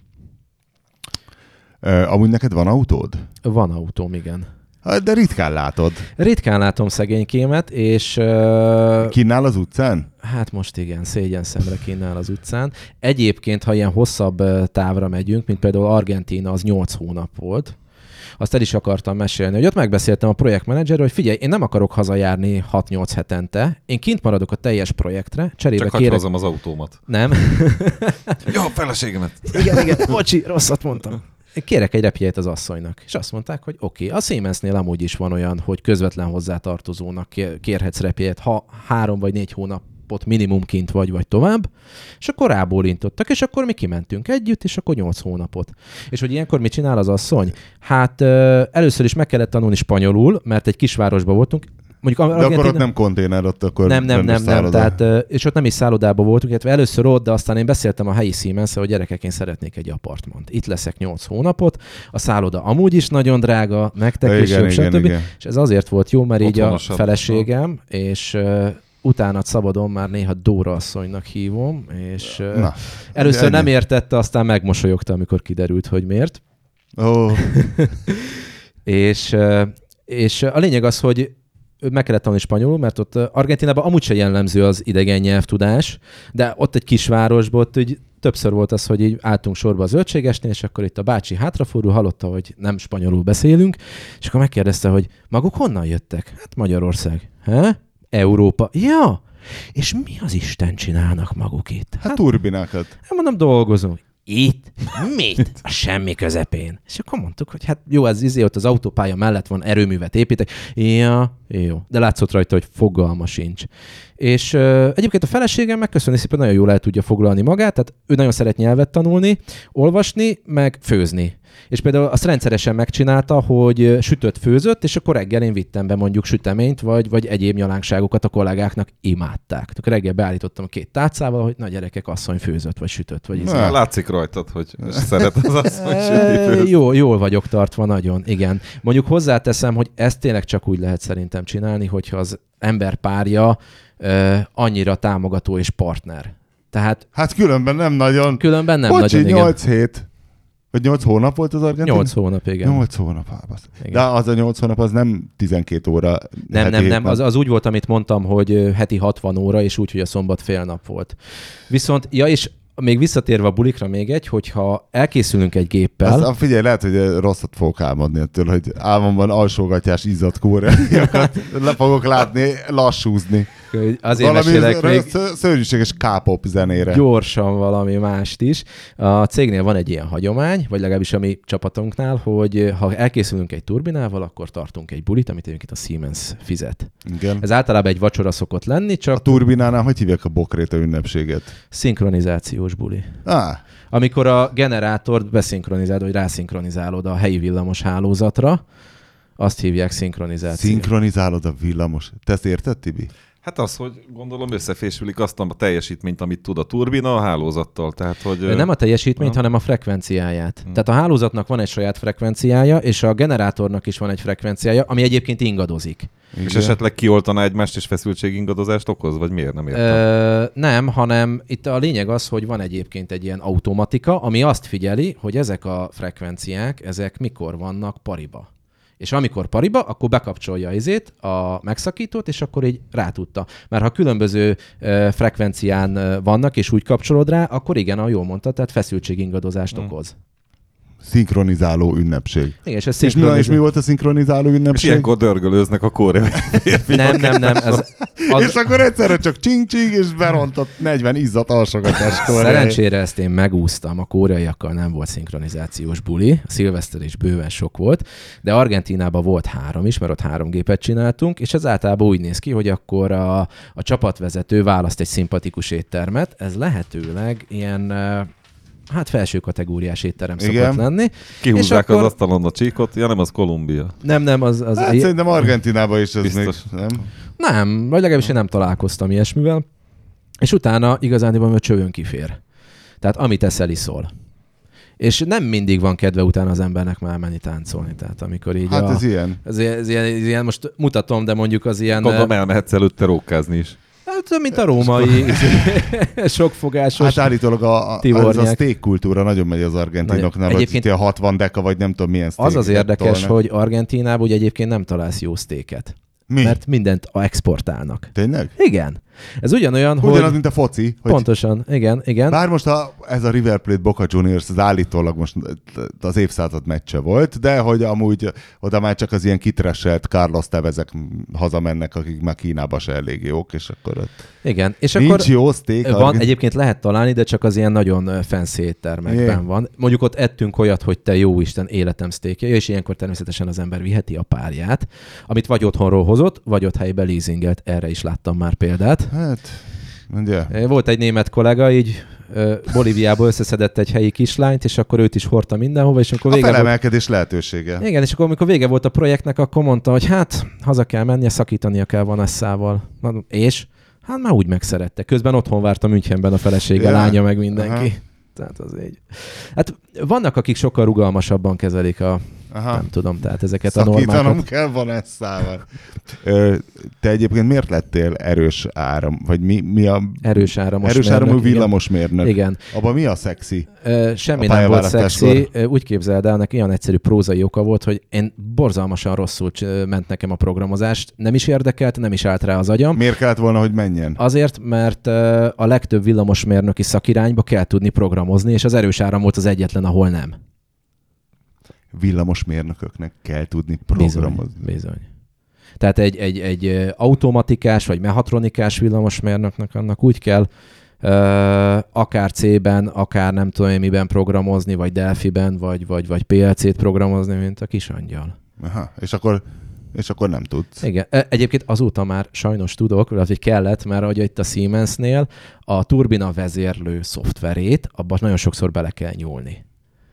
Amúgy neked van autód? Van autóm, igen. De ritkán látod. Ritkán látom szegénykémet, és... Kinnál az utcán? Hát most igen, szégyen szemre kinnál az utcán. Egyébként, ha ilyen hosszabb távra megyünk, mint például Argentína, az 8 hónap volt. Azt el is akartam mesélni, hogy ott megbeszéltem a projektmenedzserről, hogy figyelj, én nem akarok hazajárni 6-8 hetente, én kint maradok a teljes projektre, cserébe csak kérek... Csak az autómat. Nem. Jó, a feleségemet. Igen, bocsi, rosszat mondtam. Kérek egy repjegyet az asszonynak. És azt mondták, hogy oké. A Siemensnél amúgy is van olyan, hogy közvetlen hozzátartozónak kérhetsz repjegyet, ha 3 vagy 4 hónapot minimum kint vagy tovább, és akkor rábólintottak, és akkor mi kimentünk együtt, és akkor 8 hónapot. És hogy ilyenkor mit csinál az asszony? Hát először is meg kellett tanulni spanyolul, mert egy kisvárosban voltunk. De akkor ott nem konténer, ott akkor nem. Tehát, és ott nem is szállodában voltunk, illetve először ott, de aztán én beszéltem a helyi Siemens-szel, hogy gyerekek, én szeretnék egy apartmant. Itt leszek 8 hónapot, a szálloda amúgy is nagyon drága, nektek is jobb, stb. És ez azért volt jó, mert így a feleségem, és utána szabadon már néha Dóra asszonynak hívom, és először nem értette, aztán megmosolyogta, amikor kiderült, hogy miért. Oh. és a lényeg az, hogy meg kellett tanulni spanyolul, mert ott Argentínában amúgy se jellemző az idegen nyelvtudás, de ott egy kisvárosban ott úgy többször volt az, hogy így álltunk sorba a zöldségesnél, és akkor itt a bácsi hátrafordul, hallotta, hogy nem spanyolul beszélünk, és akkor megkérdezte, hogy maguk honnan jöttek? Hát Magyarország. Európa. Ja, és mi az Isten csinálnak maguk itt? Hát turbinákat. Hát mondom, dolgozunk. Itt? Mit? A semmi közepén. És akkor mondtuk, hogy hát jó, ez ott az autópálya mellett van, erőművet építek. Ja, jó. De látszott rajta, hogy fogalma sincs. És egyébként a feleségem megköszöni szépen, nagyon jól el tudja foglalni magát, tehát ő nagyon szeret nyelvet tanulni, olvasni, meg főzni. És például azt rendszeresen megcsinálta, hogy sütött, főzött, és akkor reggel én vittem be mondjuk süteményt, vagy egyéb nyalánkságokat a kollégáknak, imádták. Akkor reggel beállítottam 2 tálcával, hogy na gyerekek, asszony főzött, vagy sütött, vagy izé. Látszik rajtad, hogy szeret az asszony sütni, főzni. Jól vagyok tartva, nagyon, igen. Mondjuk hozzáteszem, hogy ezt tényleg csak úgy lehet szerintem csinálni, hogyha az ember párja annyira támogató és partner. Tehát... Hát különben nem nagyon. Különben nem Bocsi, nagyon, 8 hét. Vagy 8 hónap volt az Argentin? 8 hónap, igen. 8 hónap, de az a 8 hónap az nem 12 óra. Nem. Az úgy volt, amit mondtam, hogy heti 60 óra, és úgy, hogy a szombat fél nap volt. Viszont, és még visszatérve a bulikra még hogyha elkészülünk egy géppel... Figyelj, lehet, hogy rosszat fogok álmodni ettől, hogy álmomban alsógatyás izzadt kóreaiakat le fogok látni lassúzni. Azért mesélek még szörnyűséges K-pop zenére. Gyorsan valami mást is. A cégnél van egy ilyen hagyomány, vagy legalábbis a mi csapatunknál, hogy ha elkészülünk egy turbinával, akkor tartunk egy bulit, amit egyébként a Siemens fizet. Igen. Ez általában egy vacsora szokott lenni, csak... A turbinánál hogy hívják a bokréta ünnepséget? Szinkronizációs buli. Amikor a generátort beszinkronizálod, vagy rászinkronizálod a helyi villamos hálózatra, azt hívják szinkronizáció. Szinkronizálod a villamos. Te ezt érted, Tibi? Hát az, hogy gondolom összefésülik azt a teljesítményt, amit tud a turbina a hálózattal. Tehát, hogy... Nem a teljesítményt, hanem a frekvenciáját. Tehát a hálózatnak van egy saját frekvenciája, és a generátornak is van egy frekvenciája, ami egyébként ingadozik. Igen. És esetleg kioltaná egymást, és feszültségingadozást okoz? Vagy miért? Nem értem. Nem, hanem itt a lényeg az, hogy van egyébként egy ilyen automatika, ami azt figyeli, hogy ezek a frekvenciák, ezek mikor vannak pariba. És amikor pariba, akkor bekapcsolja a megszakítót, és akkor így rátudta. Mert ha különböző frekvencián vannak, és úgy kapcsolod rá, akkor igen, jól mondtad, tehát feszültségingadozást okoz. Szinkronizáló ünnepség. Igen, és mi volt a szinkronizáló ünnepség? És ilyenkor dörgölőznek a koreai férfiak. Nem. És akkor egyszerre csak csing-csing, és berontott 40 izzat alsogatás koreai. Szerencsére ezt én megúsztam. A koreaiakkal nem volt szinkronizációs buli. A szilveszter is bőven sok volt. De Argentínában volt 3 is, mert ott 3 gépet csináltunk, és ez általában úgy néz ki, hogy akkor a csapatvezető választ egy szimpatikus éttermet. Ez lehetőleg ilyen... felső kategóriás étterem szokott lenni. Kihúzzák akkor... az asztalon a csíkot, nem, az Kolumbia. Nem, az... szerintem Argentínában is ez biztos. Még, nem? Nem, vagy legalábbis én nem találkoztam ilyesmivel. És utána igazán csövön kifér. Tehát amit eszel, iszol. És nem mindig van kedve utána az embernek már menni táncolni. Tehát amikor így ez ilyen. Ez ilyen, most mutatom, de mondjuk az ilyen... Gondolom elmehetsz előtte rókázni is. Mint a római sokfogásos. Hát állítólag az a steak kultúra nagyon megy az argentinoknál, hogy a 60 deka, vagy nem tudom milyen steak. Az érdekes, tolnak. Hogy Argentínában ugye egyébként nem találsz jó steaket. Mi? Mert mindent exportálnak. Tényleg? Igen. Ez ugyanolyan, ugyanaz, mint a foci. Hogy... Pontosan, igen. Bár most ez a River Plate Boca Juniors az állítólag most az évszázad meccse volt, de hogy amúgy oda már csak az ilyen kitreselt Carlos Tevezek hazamennek, akik már Kínába se elég jók, és akkor ott igen. És nincs akkor jó steak. Van, egyébként lehet találni, de csak az ilyen nagyon fancy éttermekben van. Mondjuk ott ettünk olyat, hogy te jó Isten életem steakje, és ilyenkor természetesen az ember viheti a párját, amit vagy otthonról hozott, vagy ott helyben leasingelt. Erre is láttam már példát. Hát, ugye. Volt egy német kollega, így Bolíviából összeszedett egy helyi kislányt, és akkor őt is hordta mindenhova, és amikor vége felemelkedés lehetősége. Igen, és akkor amikor vége volt a projektnek, akkor mondta, hogy hát haza kell mennie, szakítania kell Vanessával. És hát már úgy megszerette. Közben otthon várta Münchenben a felesége, lánya, meg mindenki. Aha. Tehát az így. Hát vannak, akik sokkal rugalmasabban kezelik nem tudom, tehát ezeket a normákat. Szakítanom kell Vanessával. Te egyébként miért lettél erős áram? Vagy mi a... Erős áramú villamosmérnök. Igen. Abban mi a szexi? Semmi nem volt szexi. Úgy képzeld el, neki olyan egyszerű prózai oka volt, hogy én borzalmasan rosszul ment nekem a programozást. Nem is érdekelt, nem is állt rá az agyam. Miért kellett volna, hogy menjen? Azért, mert a legtöbb villamosmérnöki szakirányba kell tudni programozni, és az erős áram volt az egyetlen, ahol nem. Villamosmérnököknek kell tudni programozni. Bizony. Tehát egy automatikás vagy mechatronikás villamosmérnöknek annak úgy kell akár C-ben, akár nem tudom én miben programozni, vagy Delphi-ben, vagy PLC-t programozni, mint a kis angyal. Aha, és akkor nem tudsz. Igen. Egyébként azóta már sajnos tudok, hogy kellett, mert ugye itt a Siemensnél a turbina vezérlő szoftverét, abban nagyon sokszor bele kell nyúlni.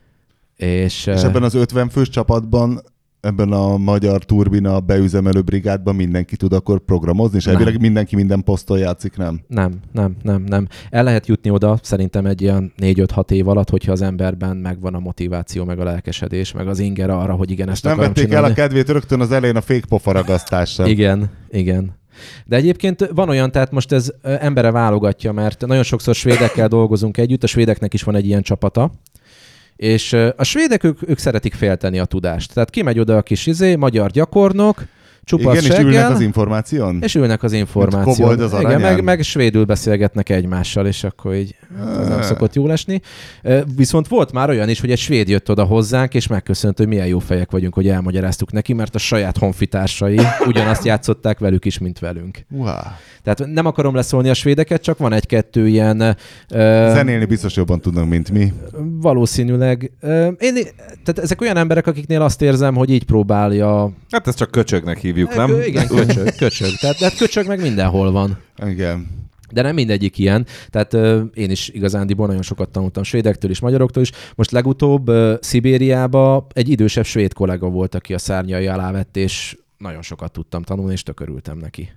És ebben az 50 fős csapatban, ebben a magyar turbina beüzemelő brigádban mindenki tud akkor programozni, és elvileg mindenki minden poszton játszik, nem? Nem. El lehet jutni oda szerintem egy ilyen 4-5-6 év alatt, hogyha az emberben megvan a motiváció, meg a lelkesedés, meg az inger arra, hogy igen, ezt akarom csinálni. Nem vették el a kedvét rögtön az elején a fékpofa ragasztással. Igen. De egyébként van olyan, tehát most ez embere válogatja, mert nagyon sokszor svédekkel dolgozunk együtt, a svédeknek is van egy ilyen csapata, és a svédek, ők szeretik félteni a tudást. Tehát kimegy oda a kis magyar gyakornok, csupasz seggel. És ülnek az információn? És ülnek az információn. Igen, meg svédül beszélgetnek egymással, és akkor így az nem szokott jól esni. Viszont volt már olyan is, hogy egy svéd jött oda hozzánk, és megköszönt, hogy milyen jó fejek vagyunk, hogy elmagyaráztuk neki, mert a saját honfitársai ugyanazt játszották velük is, mint velünk. Wow. Tehát nem akarom leszólni a svédeket, csak van egy-kettő ilyen... Zenélni biztos jobban tudnak, mint mi. Valószínűleg. Tehát ezek olyan emberek, akiknél azt érzem, hogy így próbálja... Hát ezt csak köcsögnek hívjuk, nem? Igen, köcsög. Tehát köcsög meg mindenhol van. Igen. De nem mindegyik ilyen. Tehát én is igazándiból nagyon sokat tanultam svédektől is, magyaroktól is. Most legutóbb Szibériában egy idősebb svéd kollega volt, aki a szárnyai alá vett, és nagyon sokat tudtam tanulni, és tök örültem neki.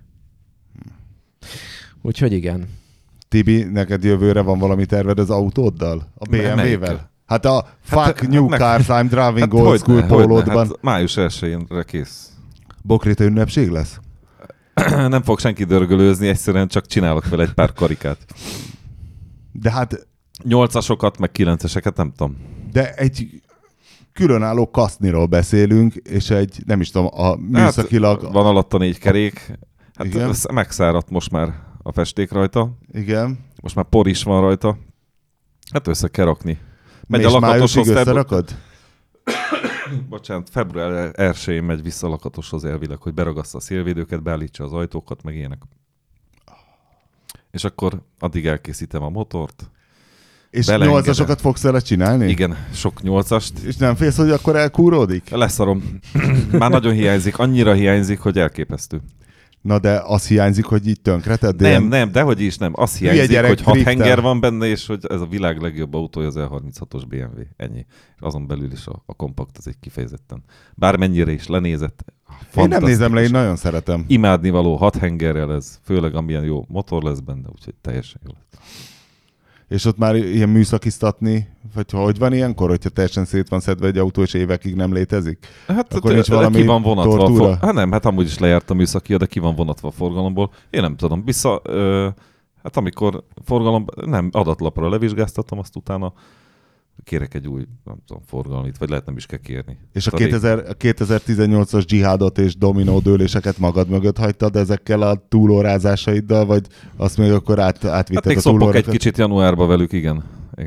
Úgyhogy igen. Tibi, neked jövőre van valami terved az autóddal? A BMW-vel? Hát a fuck new cars, I'm driving old school pólódban. Hát május 1-én kész. Bokréta ünnepség lesz? Nem fog senki dörgölőzni, egyszerűen csak csinálok fel egy pár karikát. De hát... 8-asokat, meg 9-eseket, nem tudom. De egy különálló kaszniról beszélünk, és egy, nem is tudom, a műszakilag... Hát van alatta 4 kerék. Hát megszáradt most már a festék rajta. Igen. Most már por is van rajta. Hát össze kell rakni. Megy a lakatoshoz. Összerakod? Bocsánat, február 1-én megy vissza lakatoshoz elvileg, hogy beragassza a szélvédőket, beállítsa az ajtókat, meg ilyenek. És akkor addig elkészítem a motort. És 8-asokat fogsz vele csinálni? Igen, sok 8-ast. És nem félsz, hogy akkor elkúródik? Leszarom. Már nagyon hiányzik, annyira hiányzik, hogy elképesztő. Na de az hiányzik, hogy így tönkreted? Nem, dehogy is nem. Az hiányzik, hogy 6 henger van benne, és hogy ez a világ legjobb autója az E36-os BMW. Ennyi. És azon belül is a kompakt az egy kifejezetten. Bármennyire is lenézett. Én nem nézem le, én nagyon szeretem. Imádnivaló 6 hengerrel ez, főleg amilyen jó motor lesz benne, úgyhogy teljesen jó lesz. És ott már ilyen műszakiztatni, vagy hogy van ilyenkor, hogyha teljesen szét van szedve egy autó, és évekig nem létezik? Hát akkor nincs valami ki van vonatva hát amúgy is lejárt a műszakia, de ki van vonatva a forgalomból. Én nem tudom. Hát amikor nem adatlapra levizsgáztatom, azt utána kérek egy új, nem tudom, forgalmit, vagy lehet nem is kell kérni. És a 2018-as dzsihádot és dominó dőléseket magad mögött hagytad ezekkel a túlórázásaiddal, vagy azt még akkor átvitted hát még a túlórákat? szopok egy kicsit januárba velük, igen.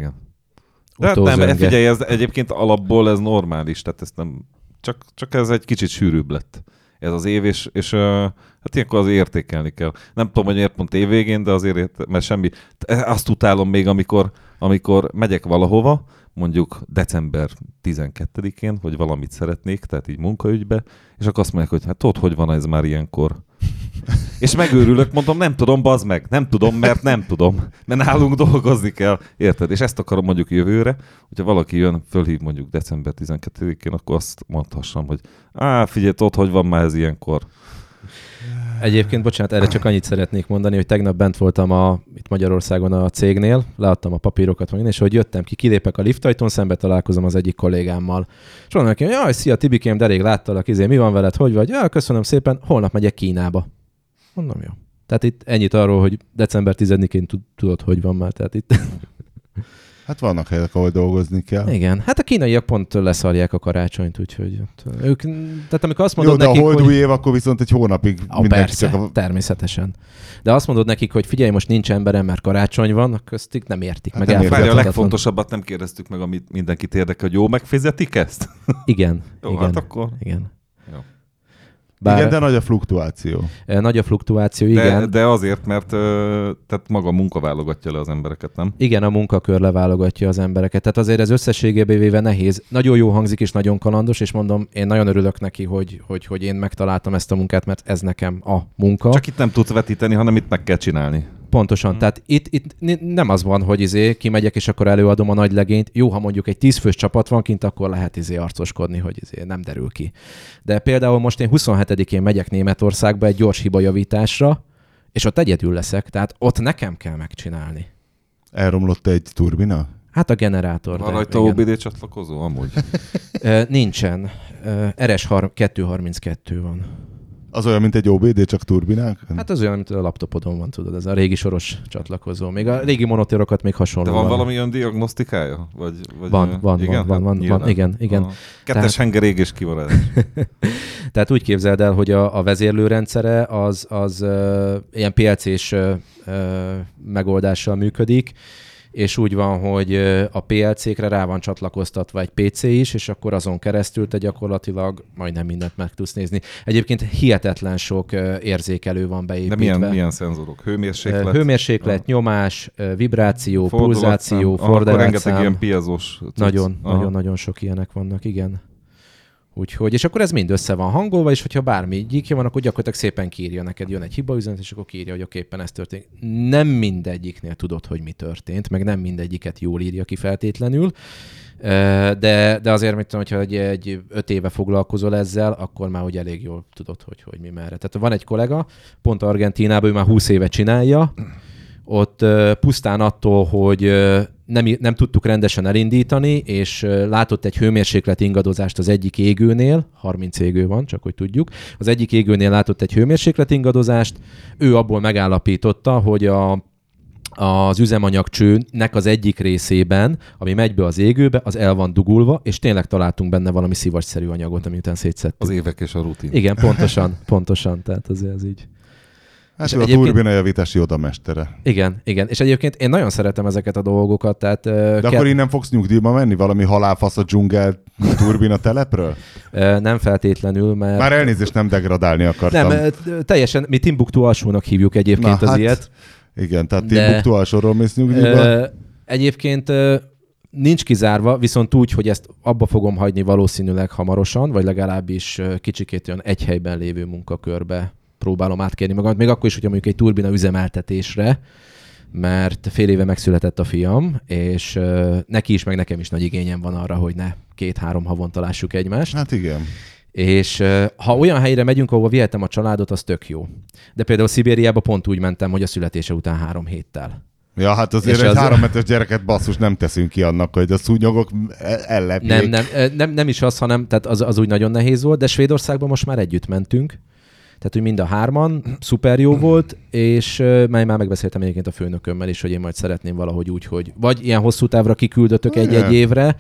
De hát nem, figyelj, ez egyébként alapból ez normális, tehát ez nem, csak ez egy kicsit sűrűbb lett. Ez az év, és hát ilyenkor azért értékelni kell. Nem tudom, hogy miért pont évvégén, de azért, mert semmi. Azt utálom még, amikor megyek valahova, mondjuk december 12-én, hogy valamit szeretnék, tehát így munkaügybe, és akkor azt mondják, hogy hát tudod, hogy van ez már ilyenkor. És megőrülök, mondom, nem tudom, bazd meg, nem tudom, mert nálunk dolgozni kell, érted? És ezt akarom mondjuk jövőre, hogyha valaki jön, fölhív mondjuk december 12-én, akkor azt mondhassam, hogy figyelj, tudod, hogy van már ez ilyenkor. Egyébként, bocsánat, erre csak annyit szeretnék mondani, hogy tegnap bent voltam itt Magyarországon a cégnél, leadtam a papírokat, és hogy jöttem ki, kilépek a liftajtón, szembe találkozom az egyik kollégámmal. És mondom neki, hogy jaj, szia Tibikém, de rég láttalak, mi van veled, hogy vagy? Ja, köszönöm szépen, holnap megyek Kínába. Mondom, jó. Tehát itt ennyit arról, hogy december 10-én tudod, hogy van már, tehát itt... Hát vannak helyek, ahol dolgozni kell. Igen, hát a kínaiak pont leszarják a karácsonyt, úgyhogy ők, tehát amikor azt mondod nekik, de a holdúj év, akkor viszont egy hónapig mindenki persze, csak természetesen. De azt mondod nekik, hogy figyelj, most nincs emberem, mert karácsony van, köztük nem értik. Hát meg a legfontosabbat nem kérdeztük meg, amit mindenkit érdekel, hogy jó megfizetik ezt? Igen. Jó, igen, hát akkor... Igen. Jó. Igen, de nagy a fluktuáció. Nagy a fluktuáció, igen. De azért, mert tehát maga a munka válogatja le az embereket, nem? Igen, a munkakör leválogatja az embereket. Tehát azért ez összességében véve nehéz. Nagyon jó hangzik és nagyon kalandos, és mondom, én nagyon örülök neki, hogy én megtaláltam ezt a munkát, mert ez nekem a munka. Csak itt nem tudsz vetíteni, hanem itt meg kell csinálni. Pontosan. Tehát itt nem az van, hogy kimegyek, és akkor előadom a nagy legényt. Jó, ha mondjuk egy 10 fős csapat van kint, akkor lehet arcoskodni, hogy nem derül ki. De például most én 27-én megyek Németországba egy gyors hibajavításra, és ott egyedül leszek, tehát ott nekem kell megcsinálni. Elromlott egy turbina? Hát a generátor. Van rajta OBD csatlakozó amúgy? Nincsen. RS232 van. Az olyan, mint egy OBD, csak turbinák? Hát az olyan, mint a laptopodon van, tudod, ez a régi soros csatlakozó. Még a régi monitorokat még hasonló. De van valami olyan diagnosztikája? Vagy van, igen. Kettes henger égés kimaradás. Tehát úgy képzeld el, hogy a vezérlőrendszere az ilyen PLC-s megoldással működik, és úgy van, hogy a PLC-kre rá van csatlakoztatva egy PC is, és akkor azon keresztül te gyakorlatilag majdnem mindent meg tudsz nézni. Egyébként hihetetlen sok érzékelő van beépítve. De milyen szenzorok? Hőmérséklet? Hőmérséklet, nyomás, vibráció, pulzáció, fordulatszám. Rengeteg ilyen piazós. Nagyon sok ilyenek vannak, igen. Úgyhogy, és akkor ez mind össze van hangolva, és hogyha bármi gyíkja van, akkor gyakorlatilag szépen kiírja neked, jön egy hibaüzenet, és akkor kiírja, hogy oké, éppen ez történik. Nem mindegyiknél tudod, hogy mi történt, meg nem mindegyiket jól írja ki feltétlenül, de azért, mit tudom, hogyha egy 5 éve foglalkozol ezzel, akkor már úgy elég jól tudod, hogy mi merre. Tehát van egy kollega, pont Argentínában, ő már 20 éve csinálja, ott pusztán attól, hogy nem tudtuk rendesen elindítani, és látott egy hőmérséklet ingadozást az egyik égőnél, 30 égő van, csak hogy tudjuk, az egyik égőnél látott egy hőmérséklet ingadozást, ő abból megállapította, hogy az üzemanyagcsőnek az egyik részében, ami megy be az égőbe, az el van dugulva, és tényleg találtunk benne valami szivacsszerű anyagot, ami után szétszedtük. Az évek és a rutin. Igen, pontosan, tehát azért ez így. Hát a turbinajavítási odamestere. Igen, és egyébként én nagyon szeretem ezeket a dolgokat. Tehát, de akkor innen fogsz nyugdíjba menni? Valami halálfasz a dzsungel turbina telepről? Nem feltétlenül, mert... Már elnézést, nem degradálni akartam. Nem, teljesen, mi Timbuktu alsónak hívjuk egyébként az ilyet. Igen, tehát Timbuktu alsóról mész nyugdíjba. Egyébként nincs kizárva, viszont úgy, hogy ezt abba fogom hagyni valószínűleg hamarosan, vagy legalábbis kicsikét olyan egy helyben lévő munkakörbe próbálom átkérni magam, még akkor is, hogyha mondjuk egy turbina üzemeltetésre, mert fél éve megszületett a fiam, és neki is, meg nekem is nagy igényem van arra, hogy ne 2-3 havonta lássuk egymást. Hát igen. És ha olyan helyre megyünk, ahol vihetem a családot, az tök jó. De például Szibériába pont úgy mentem, hogy a születése után 3 héttel. Ja, hát azért egy 3 metes gyereket basszus nem teszünk ki annak, hogy a szúnyogok ellepjék. Nem is az, hanem tehát az úgy nagyon nehéz volt, de Svédországban most már együtt mentünk. Tehát, hogy mind a 3-an szuper jó volt, és már megbeszéltem egyébként a főnökömmel is, hogy én majd szeretném valahogy úgy, hogy vagy ilyen hosszú távra kiküldötök egy évre,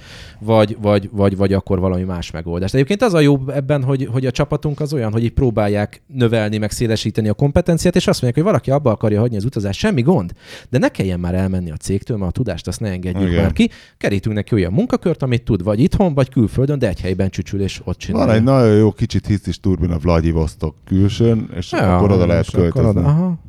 vagy akkor valami más megoldást. Egyébként az a jó ebben, hogy a csapatunk az olyan, hogy így próbálják növelni, meg szélesíteni a kompetenciát, és azt mondják, hogy valaki abba akarja hagyni az utazást, semmi gond, de ne kelljen már elmenni a cégtől, mert a tudást azt ne engedjük már ki. Kerítünk neki olyan munkakört, amit tud, vagy itthon, vagy külföldön, de egy helyben csücsül, és ott csinálja. Van egy nagyon jó kicsit hisztis turbina Vladivostok külsőn, és akkor oda lehet költözni.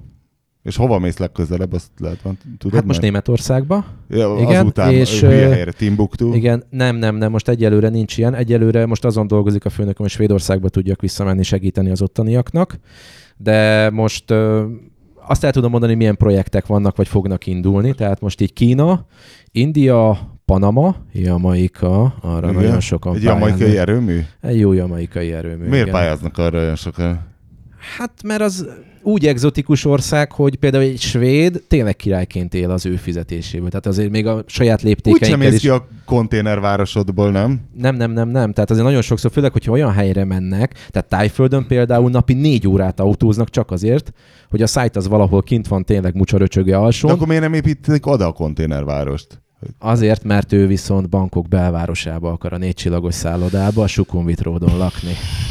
És hova mész legközelebb, azt lehet van, tudod? Hát most Németországba. Ja, igen, azután és hülye helyre, Timbuktu. Igen, nem, most egyelőre nincs ilyen. Egyelőre most azon dolgozik a főnököm, hogy Svédországba tudjak visszamenni, segíteni az ottaniaknak. De most azt el tudom mondani, milyen projektek vannak, vagy fognak indulni. Tehát most így Kína, India, Panama, Jamaika, arra igen. Nagyon sokan egy jamaikai erőmű? Egy jó jamaikai erőmű. Miért pályáznak arra olyan sokan? Hát mert az úgy egzotikus ország, hogy például egy svéd tényleg királyként él az ő fizetéséből. Tehát azért még a saját léptékeinkkel úgy sem mész ki a konténervárosodból, nem? Nem. Tehát azért nagyon sokszor, főleg, hogyha olyan helyre mennek, tehát Tájföldön például napi 4 órát autóznak csak azért, hogy a site az valahol kint van tényleg mucsaröcsöge alsón. De akkor miért nem építik oda a konténervárost? Azért, mert ő viszont Bangkok belvárosába akar a 4 csillagos szállodába, a Sukhumvit Roadon lakni.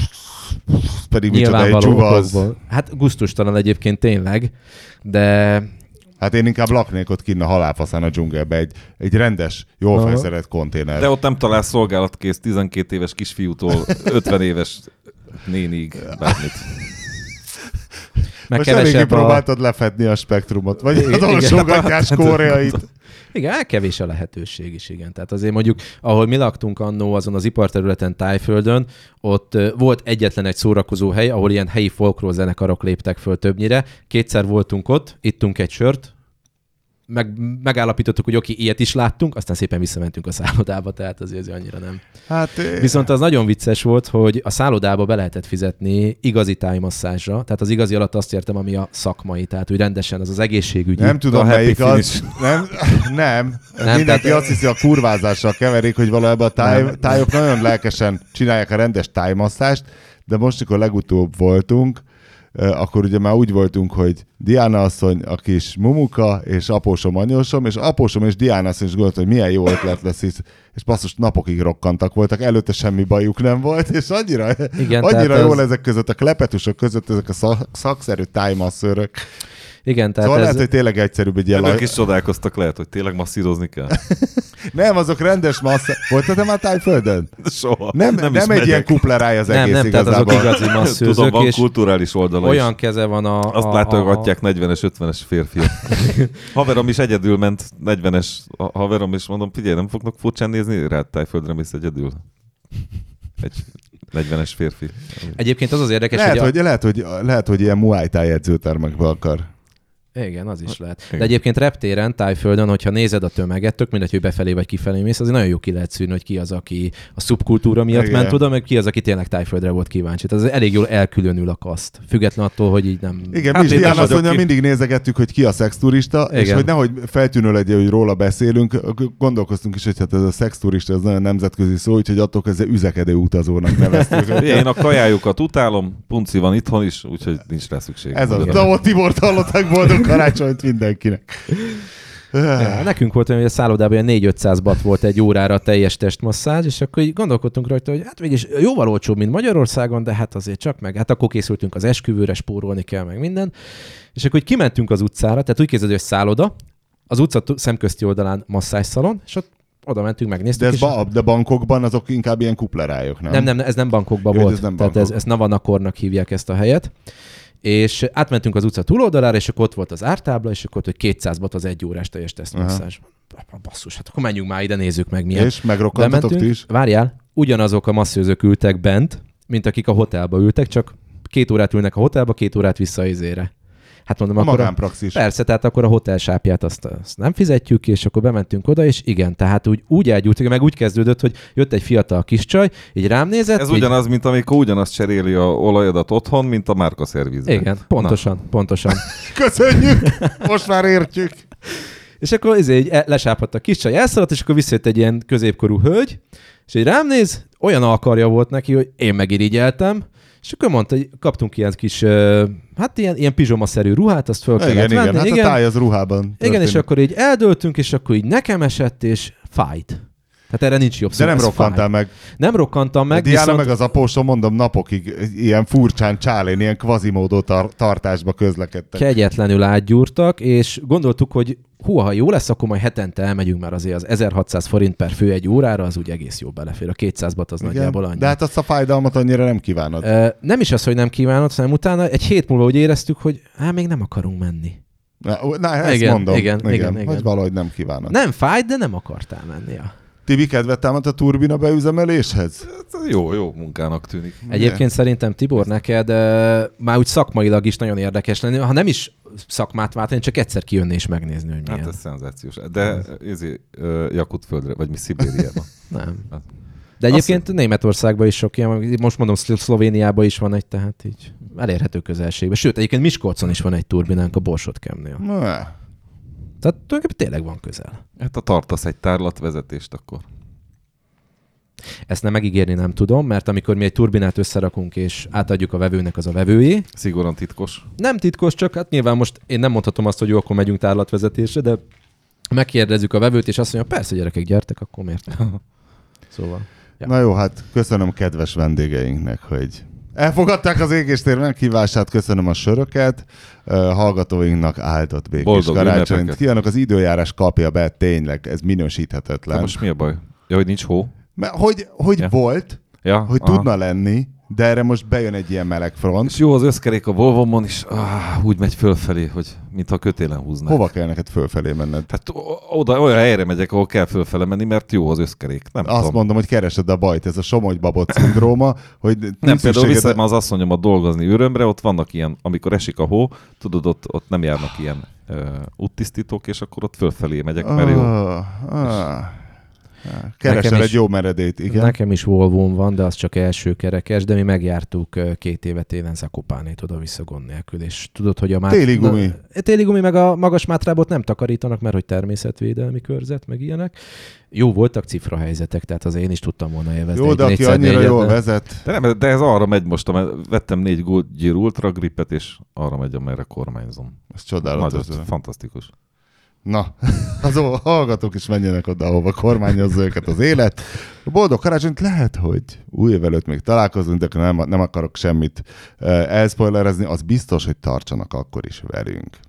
Pedig micsoda egy csuvaz. Hát gusztustalan egyébként tényleg, de... Hát én inkább laknék ott kinn a halálfaszán a dzsungelbe egy rendes, jól felszerelt konténer. De ott nem találsz szolgálatkész 12 éves kisfiútól 50 éves nénig bármit. Most eléggé próbáltad lefedni a spektrumot, vagy az olsogatás koreait. Igen, kevés a lehetőség is, igen. Tehát azért mondjuk, ahol mi laktunk annó azon az iparterületen Tájföldön, ott volt egyetlen egy szórakozó hely, ahol ilyen helyi folklór zenekarok léptek föl többnyire. 2-szer voltunk ott, ittunk egy sört, megállapítottuk, hogy oké, ilyet is láttunk, aztán szépen visszamentünk a szállodába, tehát azért annyira nem. Hát, viszont az nagyon vicces volt, hogy a szállodába be lehetett fizetni igazi tájmasszázsra, tehát az igazi alatt azt értem, ami a szakmai, tehát hogy rendesen az egészségügyi. Nem tudom, melyik az. Nem. Mindenki azt hiszi, a kurvázással keverik, hogy valójában a tájok nagyon lelkesen csinálják a rendes tájmasszást, de most, amikor legutóbb voltunk, akkor ugye már úgy voltunk, hogy Diana asszony, a kis mumuka, és apósom, anyósom, és apósom és Diana asszony is gondolta, hogy milyen jó ötlet lesz, és basszus napokig rokkantak voltak, előtte semmi bajuk nem volt, és annyira jól ezek között, a klepetusok között ezek a szakszerű tájmasszőrök. Igen, tehát szóval lehet, hogy tényleg egyszerűbb egy ilyen... Ők is csodálkoztak, lehet, hogy tényleg masszírozni kell. Nem, azok rendes masszák. Voltad-e már Tájföldön? Soha. Nem egy ilyen kupleráj az egész igazából. Nem, tehát azok igazi masszőzök. Tudom, van kulturális oldala olyan is. keze van azt látogatják 40-es, 50-es férfiak. Haverom is egyedül ment, 40-es haverom, és mondom, figyelj, nem fognak furcsán nézni? Rád Tájföldre mész egyedül. Egy 40-es férfi. Egyébként az érdekes, lehet, hogy ilyen Muay Thai edzőtermekbe akar. Igen, az is lehet. Igen. De egyébként reptéren, Tájföldön, hogyha nézed a tömeget, tök mindegy, hogy befelé vagy kifelé mész, azért nagyon jó ki lehet szűrni, hogy ki az, aki a szubkultúra miatt ment oda, meg ki az, aki tényleg Tájföldre volt kíváncsi. Tehát ez elég jól elkülönül a kaszt. Független attól, hogy így nem... Igen, hát mi is Diana asszonnyal mindig nézegettük, hogy ki a szexturista, és hogy nehogy feltűnő legyen, hogy róla beszélünk, gondolkoztunk is, hogy hát ez a szexturista, ez nagyon nemzetközi szó, úgyhogy attól kezdve üzekedő utazónak neveztük. Én a kajájukat utálom, punci van itthon is, úgyhogy nincs rá szükség. Ez az. De Tibort hallották, boldog karácsonyt mindenkinek. Ja, nekünk volt olyan, hogy a szállodában 400-500 bat volt egy órára teljes testmasszázs, és akkor így gondolkodtunk rajta, hogy hát mégis jóval olcsóbb, mint Magyarországon, de hát azért csak meg. Hát akkor készültünk az esküvőre, spórolni kell meg minden. És akkor így kimentünk az utcára, tehát úgy képzeld, hogy szálloda, az utca szemközti oldalán masszázsszalon, és ott oda mentünk, megnéztük. De bankokban azok inkább ilyen kuplerájok, nem? Nem, ez nem bankokban volt. Ez nem Bankok. Tehát ezt Navanakornak hívják ezt a helyet. És átmentünk az utca túloldalára, és akkor ott volt az ártábla, és akkor ott, hogy 200 baht az 1 órás teljes tesztmasszázs. Basszus, hát akkor menjünk már ide, nézzük meg milyen. És megrokkantatok ti is? Várjál, ugyanazok a masszőzők ültek bent, mint akik a hotelba ültek, csak 2 órát ülnek a hotelba, 2 órát vissza izére. Hát mondom, a akkor magánpraxis. Persze, tehát akkor a hotel sápját azt nem fizetjük, és akkor bementünk oda, és igen, tehát úgy elgyújtuk, meg úgy kezdődött, hogy jött egy fiatal kis csaj, így rám nézett. Ez ugyanaz, mint amikor ugyanazt cseréli a olajadat otthon, mint a márkaszervizben. Igen, pontosan. Köszönjük! Most már értjük. És akkor így lesápadt a kis csaj, elszaladt, és akkor visszajött egy ilyen középkorú hölgy, és így rám néz, olyan alkarja volt neki, hogy én megirigyeltem, és akkor mondta, hogy kaptunk ilyen kis, hát ilyen pizsomaszerű ruhát, azt föl kellett venni. Igen, hát a táj az ruhában történik. Igen, és akkor így eldöltünk, és akkor így nekem esett, és fájt. Tehát erre nincs jobb szó. De nem rokkantál meg. Nem rokkantam meg. Diana meg az apósom, mondom, napokig ilyen furcsán csálén, ilyen kvazimódó tartásba közlekedtek. Kegyetlenül átgyúrtak, és gondoltuk, hogy ha jó lesz, akkor majd hetente elmegyünk, mert azért az 1600 forint per fő 1 órára, az úgy egész jó belefér. A 200 bat az nagyjából annyi. De hát azt a fájdalmat annyira nem kívánod. Nem is az, hogy nem kívánod, hanem utána egy hét múlva úgy éreztük, hogy még nem akarunk menni. Na ezt igen, mondom. Igen. Hogy valahogy nem kívánod. Nem fájt, de nem akartál menni. Tibi, kedvet támadt a turbina beüzemeléshez? Jó munkának tűnik. Egyébként szerintem, Tibor, neked már úgy szakmailag is nagyon érdekes lenni. Ha nem is szakmát váltani, csak egyszer kijönni és megnézni, hogy milyen. Hát ez szenzációs. De Jakutföldre, vagy mi Szibériában? Nem. De egyébként Németországban is sok ilyen, most mondom, Szlovéniában is van egy, tehát így elérhető közelségben. Sőt, egyébként Miskolcon is van egy turbinánk a Borsod-Kemnél. Tehát tulajdonképpen tényleg van közel. Hát tartasz egy tárlatvezetést akkor. Ezt nem megígérni nem tudom, mert amikor mi egy turbinát összerakunk és átadjuk a vevőnek, az a vevőjé. Szigorúan titkos. Nem titkos, csak hát nyilván most én nem mondhatom azt, hogy jó, akkor megyünk tárlatvezetésre, de megkérdezzük a vevőt, és azt mondja, persze, gyerekek, gyertek, akkor miért? Szóval. Ja. Na jó, hát köszönöm kedves vendégeinknek, hogy elfogadták az égéstér meghívását, köszönöm a söröket, hallgatóinknak áldott békés karácsonyt. Kívánok, az időjárás kapja be, tényleg, ez minősíthetetlen. De most mi a baj? Ja, hogy nincs hó? Hogy ja. Volt, hogy tudna lenni, de erre most bejön egy ilyen meleg front. És jó az összkerék a Volvomon is, úgy megy fölfelé, hogy mintha kötélen húznák. Hova kell neked fölfelé menned? Hát oda olyan helyre megyek, ahol kell fölfele menni, mert jó az összkerék. Azt tudom. Mondom, hogy keresed a bajt, ez a Somogy-Babot szindróma, hogy nem, például visszajem az asszonyomat dolgozni Ürömre, ott vannak ilyen, amikor esik a hó, tudod, ott nem járnak ilyen úttisztítók, és akkor ott fölfelé megyek, mert jó. Keresel egy jó meredét, igen. Nekem is Volvón van, de az csak első kerekes, de mi megjártuk 2 éve télen Zakopánét oda-vissza gond nélkül, és tudod, hogy a téli gumi. Téli gumi meg a Magas-Mátrábot nem takarítanak, mert hogy természetvédelmi körzet, meg ilyenek. Jó voltak cifrahelyzetek, tehát az én is tudtam volna élvezni. Jó, de aki annyira jól vezet. De ez arra megy most, vettem 4 Goodyear Ultra Gripet, és arra megy, amelyre kormányzom. Ez csodálatos. Fantasztikus. Na, az hallgatók is menjenek oda, ahova kormányozza őket az élet. A boldog karácsonyt lehet, hogy új év előtt még találkozunk, de nem akarok semmit elspoilerezni, az biztos, hogy tartsanak akkor is velünk.